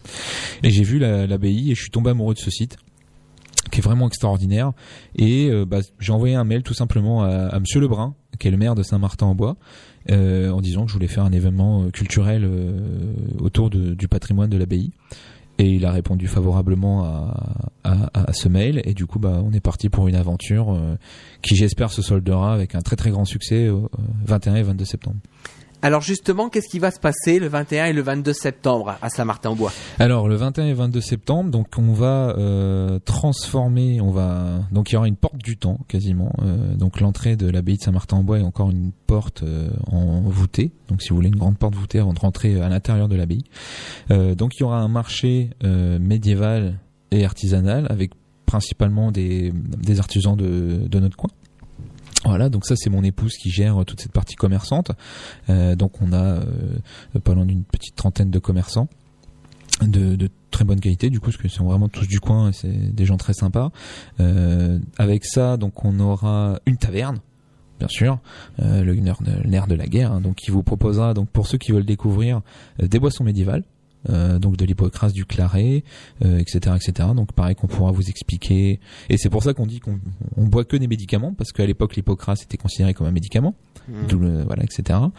Et j'ai vu la, l'abbaye et je suis tombé amoureux de ce site, qui est vraiment extraordinaire. Et euh, bah, j'ai envoyé un mail tout simplement à, à Monsieur Lebrun, qui est le maire de Saint-Martin-en-Bois, euh, en disant que je voulais faire un événement culturel euh, autour de, du patrimoine de l'abbaye. Et il a répondu favorablement à, à, à ce mail. Et du coup, bah, on est parti pour une aventure euh, qui, j'espère, se soldera avec un très très grand succès au vingt et un et vingt-deux septembre. Alors justement, qu'est-ce qui va se passer le vingt et un et le vingt-deux septembre à Saint-Martin-en-Bois ? Alors le vingt et un et vingt-deux septembre, donc on va euh, transformer, on va donc il y aura une porte du temps quasiment. Euh, donc l'entrée de l'abbaye de Saint-Martin-en-Bois est encore une porte euh, en voûtée. Donc si vous voulez une grande porte voûtée avant de rentrer à l'intérieur de l'abbaye. Euh, donc il y aura un marché euh, médiéval et artisanal avec principalement des des artisans de de notre coin. Voilà, donc ça c'est mon épouse qui gère toute cette partie commerçante. Euh, donc on a euh, pas loin d'une petite trentaine de commerçants de, de très bonne qualité, du coup, parce que sont vraiment tous du coin et c'est des gens très sympas. Euh, avec ça, donc on aura une taverne, bien sûr, euh, le nerf de, nerf de la guerre, hein, donc qui vous proposera, donc pour ceux qui veulent découvrir euh, des boissons médiévales. Euh, donc de l'hypocrase, du claret, euh, et cetera, et cetera. Donc pareil qu'on pourra vous expliquer. Et c'est pour ça qu'on dit qu'on on boit que des médicaments, parce qu'à l'époque l'hypocrase était considéré comme un médicament, mmh. D'où le, voilà, et cetera.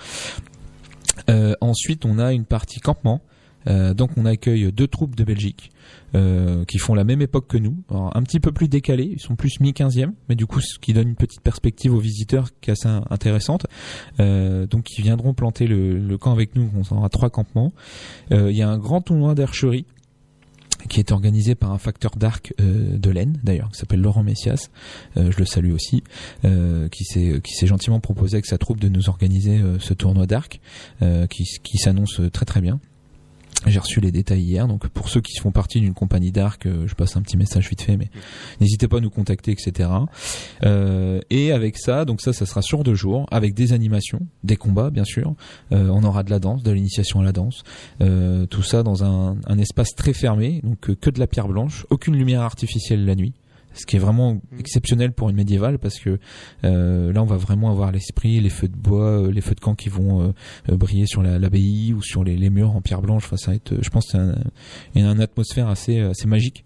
Euh, ensuite, on a une partie campement. Euh, donc on accueille deux troupes de Belgique euh, qui font la même époque que nous. Alors, un petit peu plus décalés, ils sont plus mi-quinzième, mais du coup ce qui donne une petite perspective aux visiteurs qui est assez intéressante. Euh, donc ils viendront planter le, le camp avec nous, on aura trois campements. Euh, il y a un grand tournoi d'archerie qui est organisé par un facteur d'arc euh, de l'Aisne d'ailleurs, qui s'appelle Laurent Messias, euh, je le salue aussi, euh, qui s'est qui s'est gentiment proposé avec sa troupe de nous organiser euh, ce tournoi d'arc euh, qui qui s'annonce très très bien. J'ai reçu les détails hier, donc pour ceux qui font partie d'une compagnie d'arc, euh, je passe un petit message vite fait, mais n'hésitez pas à nous contacter, et cetera. Euh, et avec ça, donc ça, ça sera sur deux jours, avec des animations, des combats, bien sûr. Euh, on aura de la danse, de l'initiation à la danse, euh, tout ça dans un, un espace très fermé, donc euh, que de la pierre blanche, aucune lumière artificielle la nuit. Ce qui est vraiment exceptionnel pour une médiévale, parce que euh, là on va vraiment avoir l'esprit, les feux de bois, euh, les feux de camp qui vont euh, briller sur la, l'abbaye ou sur les, les murs en pierre blanche. Enfin, ça va être, je pense, c'est un, une, une atmosphère assez, assez magique.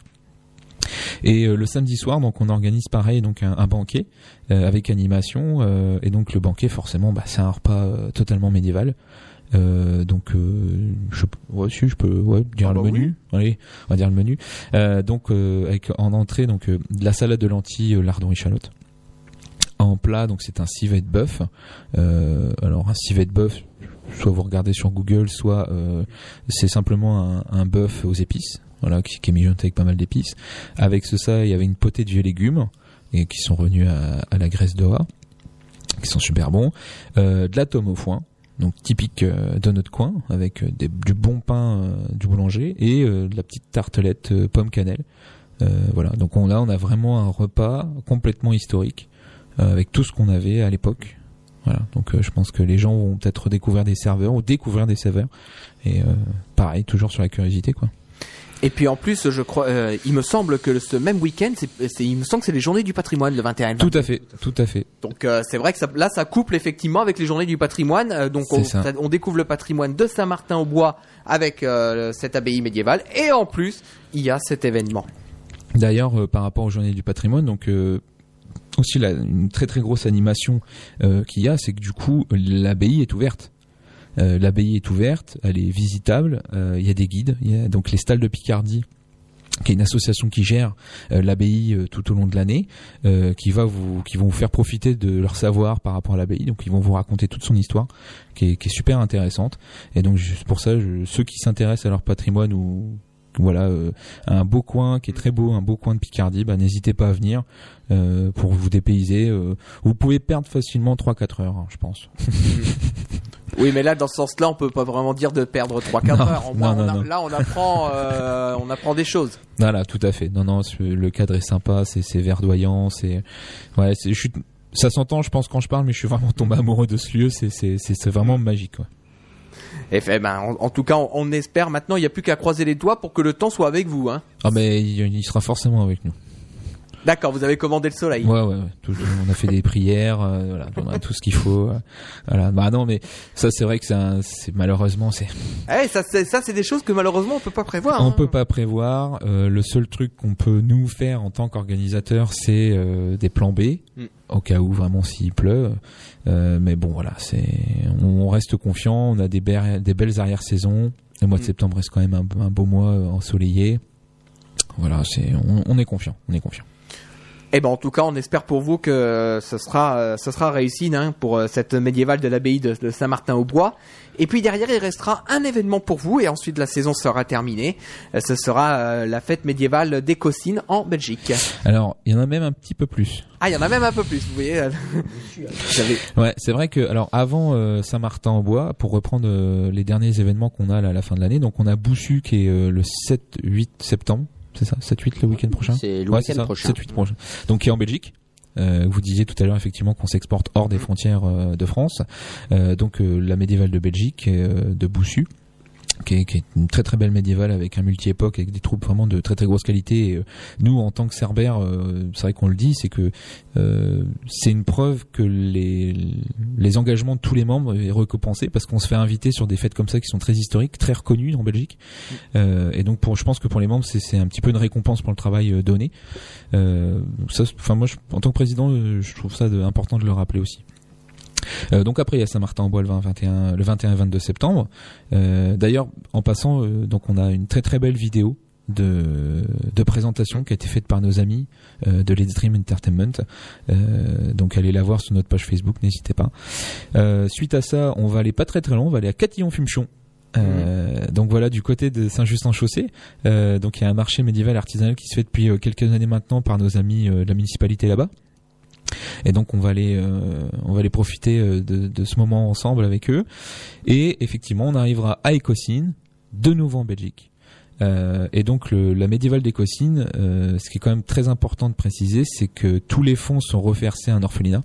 Et euh, le samedi soir, donc on organise pareil, donc un, un banquet euh, avec animation, euh, et donc le banquet forcément, bah, c'est un repas euh, totalement médiéval. Euh, donc euh, je ouais, si je peux ouais, dire ah bah le menu oui. Allez, on va dire le menu euh, donc euh, avec en entrée donc euh, de la salade de lentilles euh, lardon échalote. En plat, donc c'est un civet de bœuf. Euh, alors un civet de bœuf, soit vous regardez sur Google, soit euh, c'est simplement un, un bœuf aux épices, voilà, qui, qui est mijoté avec pas mal d'épices. Avec ce ça, il y avait une potée de vieux légumes et qui sont revenus à, à la graisse d'oie, qui sont super bons. Euh, de la tome au foin, donc typique euh, de notre coin, avec euh, des, du bon pain euh, du boulanger et euh, de la petite tartelette euh, pomme cannelle. Euh, voilà, donc on, là on a vraiment un repas complètement historique euh, avec tout ce qu'on avait à l'époque. Voilà, donc euh, je pense que les gens vont peut-être redécouvrir des serveurs ou découvrir des serveurs. Et euh, pareil, toujours sur la curiosité, quoi. Et puis en plus, je crois, euh, il me semble que ce même week-end, c'est, c'est, il me semble que c'est les journées du patrimoine, le vingt et un et le vingt-deux. Tout à fait, tout à fait. Donc euh, c'est vrai que ça, là, ça couple effectivement avec les journées du patrimoine. Euh, donc on, ça, on découvre le patrimoine de Saint-Martin-au-Bois avec euh, cette abbaye médiévale. Et en plus, il y a cet événement. D'ailleurs, euh, par rapport aux journées du patrimoine, donc euh, aussi la, une très très grosse animation euh, qu'il y a, c'est que du coup, l'abbaye est ouverte. Euh, l'abbaye est ouverte, elle est visitable, euh, il y a des guides, il y a donc les Stalles de Picardie, qui est une association qui gère euh, l'abbaye euh, tout au long de l'année, euh, qui va vous, qui vont vous faire profiter de leur savoir par rapport à l'abbaye. Donc ils vont vous raconter toute son histoire, qui est, qui est super intéressante. Et donc juste pour ça, je, ceux qui s'intéressent à leur patrimoine ou voilà, euh, un beau coin qui est très beau, un beau coin de Picardie, bah n'hésitez pas à venir euh, pour vous dépayser. Euh, vous pouvez perdre facilement trois à quatre heures, hein, je pense. Oui, mais là, dans ce sens-là, on peut pas vraiment dire de perdre trois à quatre heures. Non, non, on a, non. Là, on apprend, euh, on apprend des choses. Voilà, tout à fait. Non, non, le cadre est sympa, c'est, c'est verdoyant, c'est, ouais, c'est, je suis, ça s'entend, je pense, quand je parle, mais je suis vraiment tombé amoureux de ce lieu. C'est, c'est, c'est, c'est vraiment magique, ouais. Et fait, ben, en, en tout cas, on, on espère maintenant, il n'y a plus qu'à croiser les doigts pour que le temps soit avec vous, hein. Ah, mais il, il sera forcément avec nous. D'accord, vous avez commandé le soleil. Ouais, ouais, ouais. Tout, on a fait des prières, euh, voilà, on a tout ce qu'il faut. Euh, voilà. Bah non, mais ça, c'est vrai que c'est, un, c'est malheureusement, c'est. Eh, ça, c'est, ça, c'est des choses que malheureusement on peut pas prévoir. On hein. peut pas prévoir. Euh, le seul truc qu'on peut nous faire en tant qu'organisateur, c'est euh, des plans B, mm. au cas où vraiment s'il pleut. Euh, mais bon, voilà, c'est, on reste confiant. On a des, be- des belles arrière-saisons. Le mois de mm. septembre reste quand même un, un beau mois ensoleillé. Voilà, c'est, on, on est confiant, on est confiant. Eh ben en tout cas, on espère pour vous que ce sera, euh, ce sera réussi hein, pour euh, cette médiévale de l'abbaye de, de Saint-Martin-au-Bois. Et puis derrière, il restera un événement pour vous et ensuite la saison sera terminée. Euh, ce sera euh, la fête médiévale d'Écossyne en Belgique. Alors, il y en a même un petit peu plus. Ah, il y en a même un peu plus, vous voyez. Ouais, c'est vrai que alors avant euh, Saint-Martin-en-Bois, pour reprendre euh, les derniers événements qu'on a là, à la fin de l'année, donc on a Boussu qui est euh, le sept huit septembre. C'est ça, sept huit le week-end prochain. C'est le ouais, week-end c'est ça, prochain. sept huit prochain. Donc qui est en Belgique. Euh, vous disiez tout à l'heure effectivement qu'on s'exporte hors des frontières euh, de France. Euh, donc euh, la médiévale de Belgique, euh, de Boussu, qui est, qui est une très très belle médiévale avec un multi-époque, avec des troupes vraiment de très très grosse qualité. Et, euh, nous, en tant que Cerbère, euh, c'est vrai qu'on le dit, c'est que euh, c'est une preuve que les les engagements de tous les membres est récompensé parce qu'on se fait inviter sur des fêtes comme ça qui sont très historiques, très reconnues en Belgique. Euh, et donc, pour, je pense que pour les membres, c'est, c'est un petit peu une récompense pour le travail euh, donné. Euh, ça, enfin moi, je, en tant que président, je trouve ça de, important de le rappeler aussi. Euh, donc après il y a Saint-Martin-en-Bois le vingt, vingt et un, le vingt et un et vingt-deux septembre. Euh, d'ailleurs en passant, euh, donc on a une très très belle vidéo de de présentation qui a été faite par nos amis euh, de Let's Dream Entertainment. Euh, donc allez la voir sur notre page Facebook, n'hésitez pas. Euh, suite à ça, on va aller pas très très loin, on va aller à Catillon-Fumechon. Euh, mmh. Donc voilà, du côté de Saint-Just-en-Chaussée, euh, donc il y a un marché médiéval artisanal qui se fait depuis euh, quelques années maintenant par nos amis euh, de la municipalité là-bas. Et donc on va aller, euh, on va aller profiter euh, de, de ce moment ensemble avec eux. Et effectivement, on arrivera à Écossyne, de nouveau en Belgique. Euh, et donc le, la médiévale d'Écossyne, euh, ce qui est quand même très important de préciser, c'est que tous les fonds sont reversés à un orphelinat.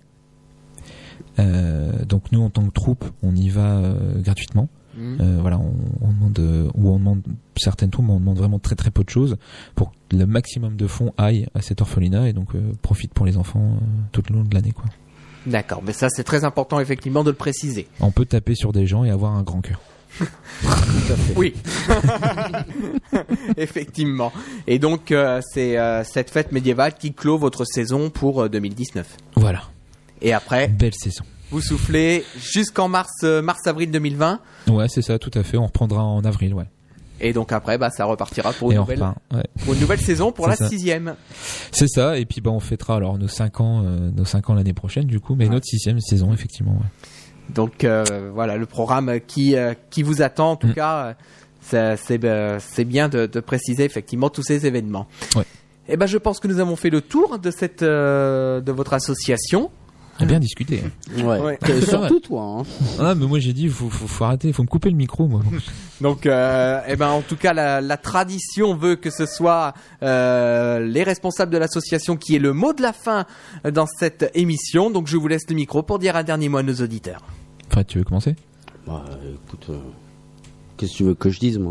Euh, donc nous, en tant que troupe, on y va euh, gratuitement. Mmh. Euh, voilà, on, on demande, euh, ou on demande certaines troupes, mais on demande vraiment très très peu de choses pour que le maximum de fonds aille à cet orphelinat et donc euh, profite pour les enfants euh, tout le long de l'année, quoi. D'accord, mais ça c'est très important effectivement de le préciser. On peut taper sur des gens et avoir un grand cœur. Oui, effectivement. Et donc euh, c'est euh, cette fête médiévale qui clôt votre saison pour euh, deux mille dix-neuf. Voilà. Et après, belle saison. Vous soufflez jusqu'en mars, euh, mars-avril deux mille vingt. Ouais, c'est ça, tout à fait. On reprendra en avril, ouais. Et donc après, bah, ça repartira pour une, nouvelle, repart, ouais. pour une nouvelle saison, pour c'est la ça. sixième. C'est ça. Et puis bah, on fêtera alors nos cinq ans, euh, nos cinq ans l'année prochaine, du coup, mais ouais. notre sixième saison, effectivement. Ouais. Donc euh, voilà, le programme qui euh, qui vous attend, en tout mmh. cas, c'est c'est, euh, c'est bien de, de préciser effectivement tous ces événements. Ouais. Et ben, je pense que nous avons fait le tour de cette euh, de votre association. On a bien discuté. Ouais. ouais. Surtout toi. Hein. Ah, mais moi j'ai dit, faut, faut, faut arrêter, faut me couper le micro, moi. Donc, euh, eh ben, en tout cas, la, la tradition veut que ce soit euh, les responsables de l'association qui aient le mot de la fin dans cette émission. Donc, je vous laisse le micro pour dire un dernier mot à nos auditeurs. Fred, tu veux commencer ? Bah, écoute, euh, qu'est-ce que tu veux que je dise, moi ?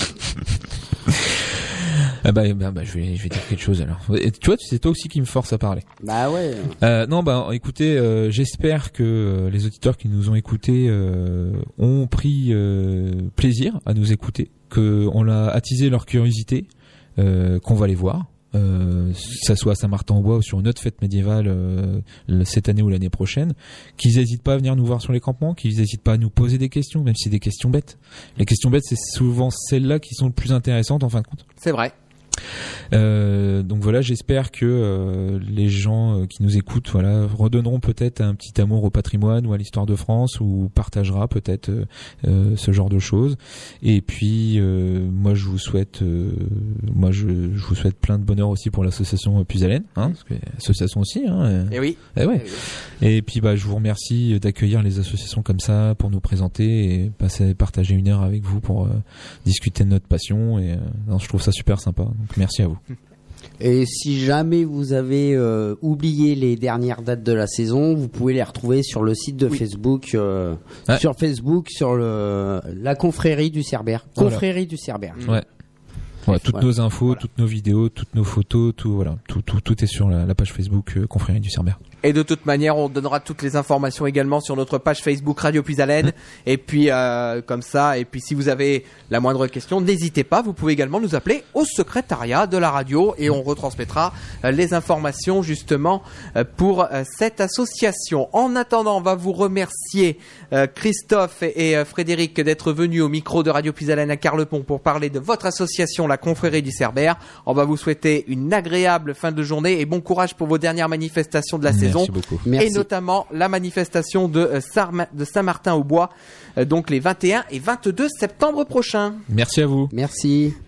Ah bah, bah, bah je vais je vais dire quelque chose alors. Et tu vois, c'est toi aussi qui me force à parler. Bah ouais. Euh, non bah écoutez, euh, j'espère que euh, les auditeurs qui nous ont écoutés euh, ont pris euh, plaisir à nous écouter, que on a attisé leur curiosité, euh, qu'on va les voir. Euh, ça soit à Saint-Martin-en-Bois ou sur une autre fête médiévale euh, cette année ou l'année prochaine, qu'ils n'hésitent pas à venir nous voir sur les campements, qu'ils n'hésitent pas à nous poser des questions, même si c'est des questions bêtes. Les questions bêtes, c'est souvent celles-là qui sont les plus intéressantes en fin de compte. C'est vrai. Euh, donc voilà, j'espère que euh, les gens euh, qui nous écoutent, voilà, redonneront peut-être un petit amour au patrimoine ou à l'histoire de France, ou partagera peut-être euh, euh, ce genre de choses. Et puis, euh, moi, je vous souhaite, euh, moi, je, je vous souhaite plein de bonheur aussi pour l'association Puisalène, hein, parce que l'association aussi, hein. Et oui. Et ouais. Et puis, bah, je vous remercie d'accueillir les associations comme ça pour nous présenter et passer, partager une heure avec vous pour euh, discuter de notre passion. Et euh, non, je trouve ça super sympa. Donc, merci à vous. Et si jamais vous avez euh, oublié les dernières dates de la saison, vous pouvez les retrouver sur le site de oui. Facebook, euh, ouais. sur Facebook, sur le la confrérie du Cerbère, confrérie voilà. du Cerbère. Ouais. Voilà, toutes Voilà. nos infos, Voilà. toutes nos vidéos, toutes nos photos, tout voilà, tout tout, tout est sur la, la page Facebook euh, Confrérie du Cerbère. Et de toute manière, on donnera toutes les informations également sur notre page Facebook Radio Puisalène. Et puis, euh, comme ça, et puis si vous avez la moindre question, n'hésitez pas, vous pouvez également nous appeler au secrétariat de la radio et on retransmettra euh, les informations justement euh, pour euh, cette association. En attendant, on va vous remercier euh, Christophe et, et euh, Frédéric d'être venus au micro de Radio Puisalène à Carlepont pour parler de votre association, la Confrérie du Cerbère. On va vous souhaiter une agréable fin de journée et bon courage pour vos dernières manifestations de la saison. Merci beaucoup. Merci. Et notamment la manifestation de, euh, Sarma- de Saint-Martin-au-Bois, euh, donc les vingt et un et vingt-deux septembre prochains. Merci à vous. Merci.